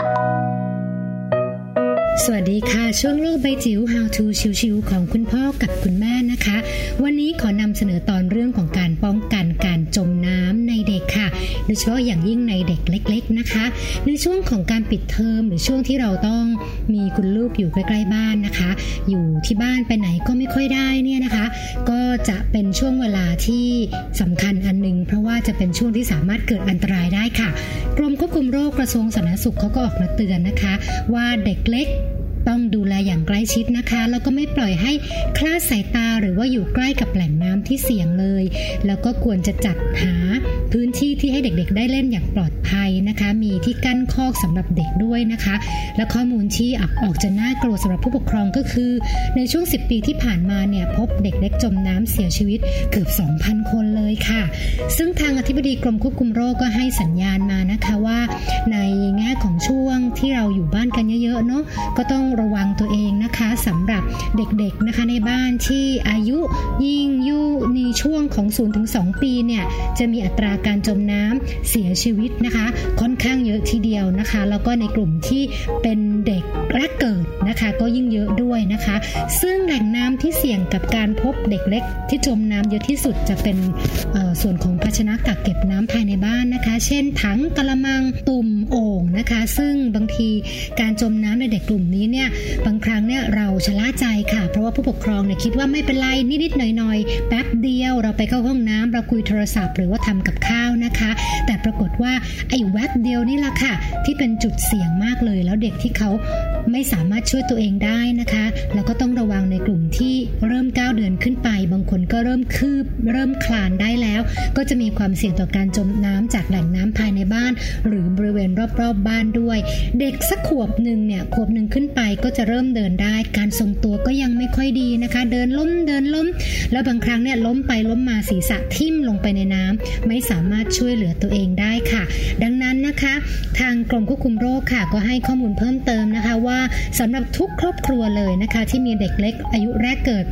สวัสดีค่ะช่วงโลกใบจิ๋ว How to ชิวๆของคุณพ่อกับคุณแม่นะคะวันนี้ขอนำเสนอตอนเรื่องของการป้องกันการจมน้ำในเด็กค่ะโดยเฉพาะอย่างยิ่งในเด็กเล็กๆนะคะในช่วงของการปิดเทอมหรือช่วงที่เราต้องมีคุณลูกอยู่ใกล้ๆบ้านนะคะอยู่ที่บ้านไปไหนก็ไม่ค่อยได้เนี่ยนะคะก็จะเป็นช่วงเวลาที่สำคัญอันนึงเพราะว่าจะเป็นช่วงที่สามารถเกิดอันตรายได้ค่ะกรมควบคุมโรคกระทรวงสาธารณสุขเขาก็ออกมาเตือนนะคะว่าเด็กเล็กต้องดูแลอย่างใกล้ชิดนะคะแล้วก็ไม่ปล่อยให้คลาดสายตาหรือว่าอยู่ใกล้กับแหล่งน้ำที่เสี่ยงเลยแล้วก็ควรจะจัดหาพื้นที่ที่ให้เด็กๆได้เล่นอย่างปลอดภัยนะคะมีที่กั้นคอกสำหรับเด็กด้วยนะคะและข้อมูลที่ออกจะน่ากลัวสำหรับผู้ปกครองก็คือในช่วง10ปีที่ผ่านมาเนี่ยพบเด็กเล็กจมน้ำเสียชีวิตเกือบ 2,000 คนเลยค่ะซึ่งทางอธิบดีกรมควบคุมโรคก็ให้สัญญาณมานะคะว่าในแง่ของช่วงที่เราอยู่บ้านกันเยอะๆเนาะก็ต้องระวังตัวเองนะคะสำหรับเด็กๆนะคะในบ้านที่อายุยิ่งอยู่ในช่วงของ 0-2 ปีเนี่ยจะมีอัตราการจมน้ำเสียชีวิตนะคะค่อนข้างเยอะทีเดียวนะคะแล้วก็ในกลุ่มที่เป็นเด็กแรกเกิดนะคะก็ยิ่งเยอะด้วยนะคะซึ่งแหล่งน้ำที่เสี่ยงกับการพบเด็กเล็กที่จมน้ำเยอะที่สุดจะเป็นส่วนของภาชนะกักเก็บน้ำภายในบ้านนะคะเช่นถังกระมังตุ่มโอ่งนะคะซึ่งบางทีการจมน้ำในเด็กกลุ่มนี้เนี่ยบางครั้งเนี่ยเราชะล่าใจค่ะเพราะว่าผู้ปกครองเนี่ยคิดว่าไม่เป็นไรนิดๆหน่อยๆแป๊บเดียวเราไปเข้าห้องน้ำเราคุยโทรศัพท์หรือว่าทำกับข้าวนะคะแต่ปรากฏว่าไอ้แวบเดียวนี่แหละค่ะที่เป็นจุดเสี่ยงมากเลยแล้วเด็กที่เขาไม่สามารถช่วยตัวเองได้นะคะแล้วก็ต้องระวังในกลุ่มที่เริ่ม9เดือนขึ้นไปบางคนก็เริ่มคืบเริ่มคลานได้แล้วก็จะมีความเสี่ยงต่อการจมน้ำจากแหล่งน้ำภายในบ้านหรือบริเวณรอบๆบ้านด้วยเด็กสักขวบหนึ่งขึ้นไปก็จะเริ่มเดินได้การทรงตัวก็ยังไม่ค่อยดีนะคะเดินล้มแล้วบางครั้งเนี่ยล้มไปล้มมาศีรษะทิ่มลงไปในน้ำไม่สามารถช่วยเหลือตัวเองได้ค่ะดังนั้นนะคะทางกรมควบคุมโรคค่ะก็ให้ข้อมูลเพิ่มเติมนะคะว่าสำหรับทุกครอบครัวเลยนะคะที่มีเด็กเล็กอายุแรกเกิด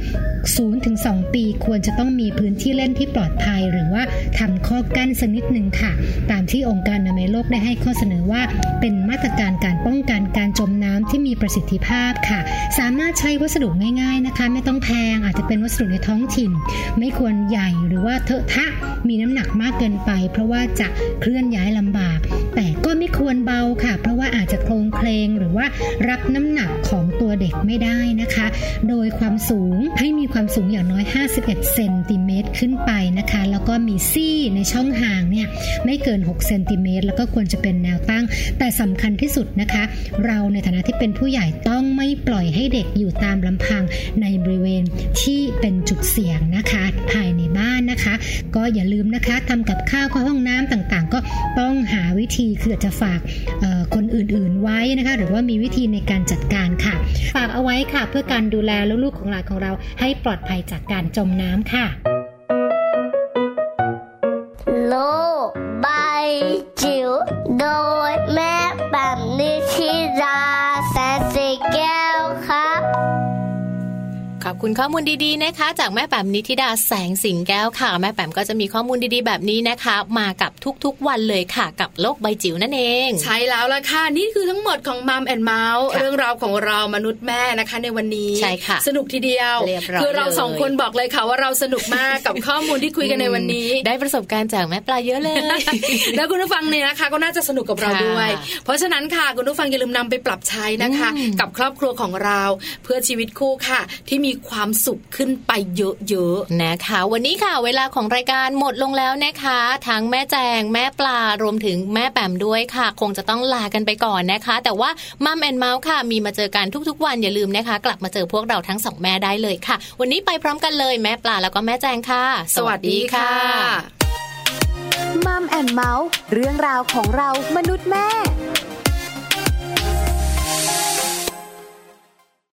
0-2 ปีควรจะต้องมีพื้นที่เล่นที่ปลอดภัยหรือว่าทำข้อกั้นสักนิดนึงค่ะตามที่องค์การอนามัยโลกได้ให้ข้อเสนอว่าเป็นมาตรการการป้องกันการจมน้ำที่มีประสิทธิภาพค่ะสามารถใช้วัสดุง่ายๆนะคะไม่ต้องแพงอาจจะเป็นวัสดุในท้องถิ่นไม่ควรใหญ่หรือว่าเถอะทะมีน้ำหนักมากเกินไปเพราะว่าจะเคลื่อนย้ายลำบากแต่ก็ไม่ควรเบาค่ะเพราะว่าอาจจะโคลงเคลงหรือว่ารับน้ำหนักของตัวเด็กไม่ได้นะคะโดยความสูงให้มีความสูงอย่างน้อย51เซนติเมตรขึ้นไปนะคะแล้วก็มีซี่ในช่องห่างเนี่ยไม่เกิน6เซนติเมตรแล้วก็ควรจะเป็นแนวตั้งแต่สำคัญที่สุดนะคะเราในฐานะที่เป็นผู้ใหญ่ต้องไม่ปล่อยให้เด็กอยู่ตามลำพังในบริเวณที่เป็นจุดเสี่ยงนะคะภายในบ้านนะคะก็อย่าลืมนะคะทำกับข้าวเข้าห้องน้ำต่างๆก็ต้องหาวิธีคือจะฝากคนอื่นๆไว้นะคะหรือว่ามีวิธีในการจัดการค่ะฝากเอาไว้ค่ะเพื่อการดูแลลูกๆของหลานของเราให้ปลอดภัยจากการจมน้ำค่ะโลกใบจิ๋วโดยแม่แบบนิชิราแสนสีแก้วครับขอบคุณข้อมูลดีๆนะคะจากแม่แป๋มนิธิดาแสงสิงแก้วค่ะแม่แป๋มก็จะมีข้อมูลดีๆแบบนี้นะคะมากับทุกๆวันเลยค่ะกับโลกใบจิ๋วนั่นเองใช่แล้วล่ะค่ะนี่คือทั้งหมดของมัมแอนด์เมาส์เรื่องราวของเรามนุษย์แม่นะคะในวันนี้ใช่ค่ะสนุกทีเดียวคือเราสองคนบอกเลยค่ะว่าเราสนุกมากกับข้อมูลที่คุยกันในวันนี้ได้ประสบการณ์จากแม่ปลาเยอะเลยแล้วคุณผู้ฟังเนี่ยนะคะก็น่าจะสนุกกับเราด้วยเพราะฉะนั้นค่ะคุณผู้ฟังอย่าลืมนำไปปรับใช้นะคะกับครอบครัวของเราเพื่อชีวิตคู่ค่ะที่มีความสุขขึ้นไปเยอะๆนะคะวันนี้ค่ะเวลาของรายการหมดลงแล้วนะคะทั้งแม่แจงแม่ปลารวมถึงแม่แป๋มด้วยค่ะคงจะต้องลากันไปก่อนนะคะแต่ว่ามัมแอนด์เมาส์ค่ะมีมาเจอกันทุกๆวันอย่าลืมนะคะกลับมาเจอพวกเราทั้งสองแม่ได้เลยค่ะวันนี้ไปพร้อมกันเลยแม่ปลาแล้วก็แม่แจงค่ะสวัสดีค่ะมัมแอนด์เมาส์เรื่องราวของเรามนุษย์แม่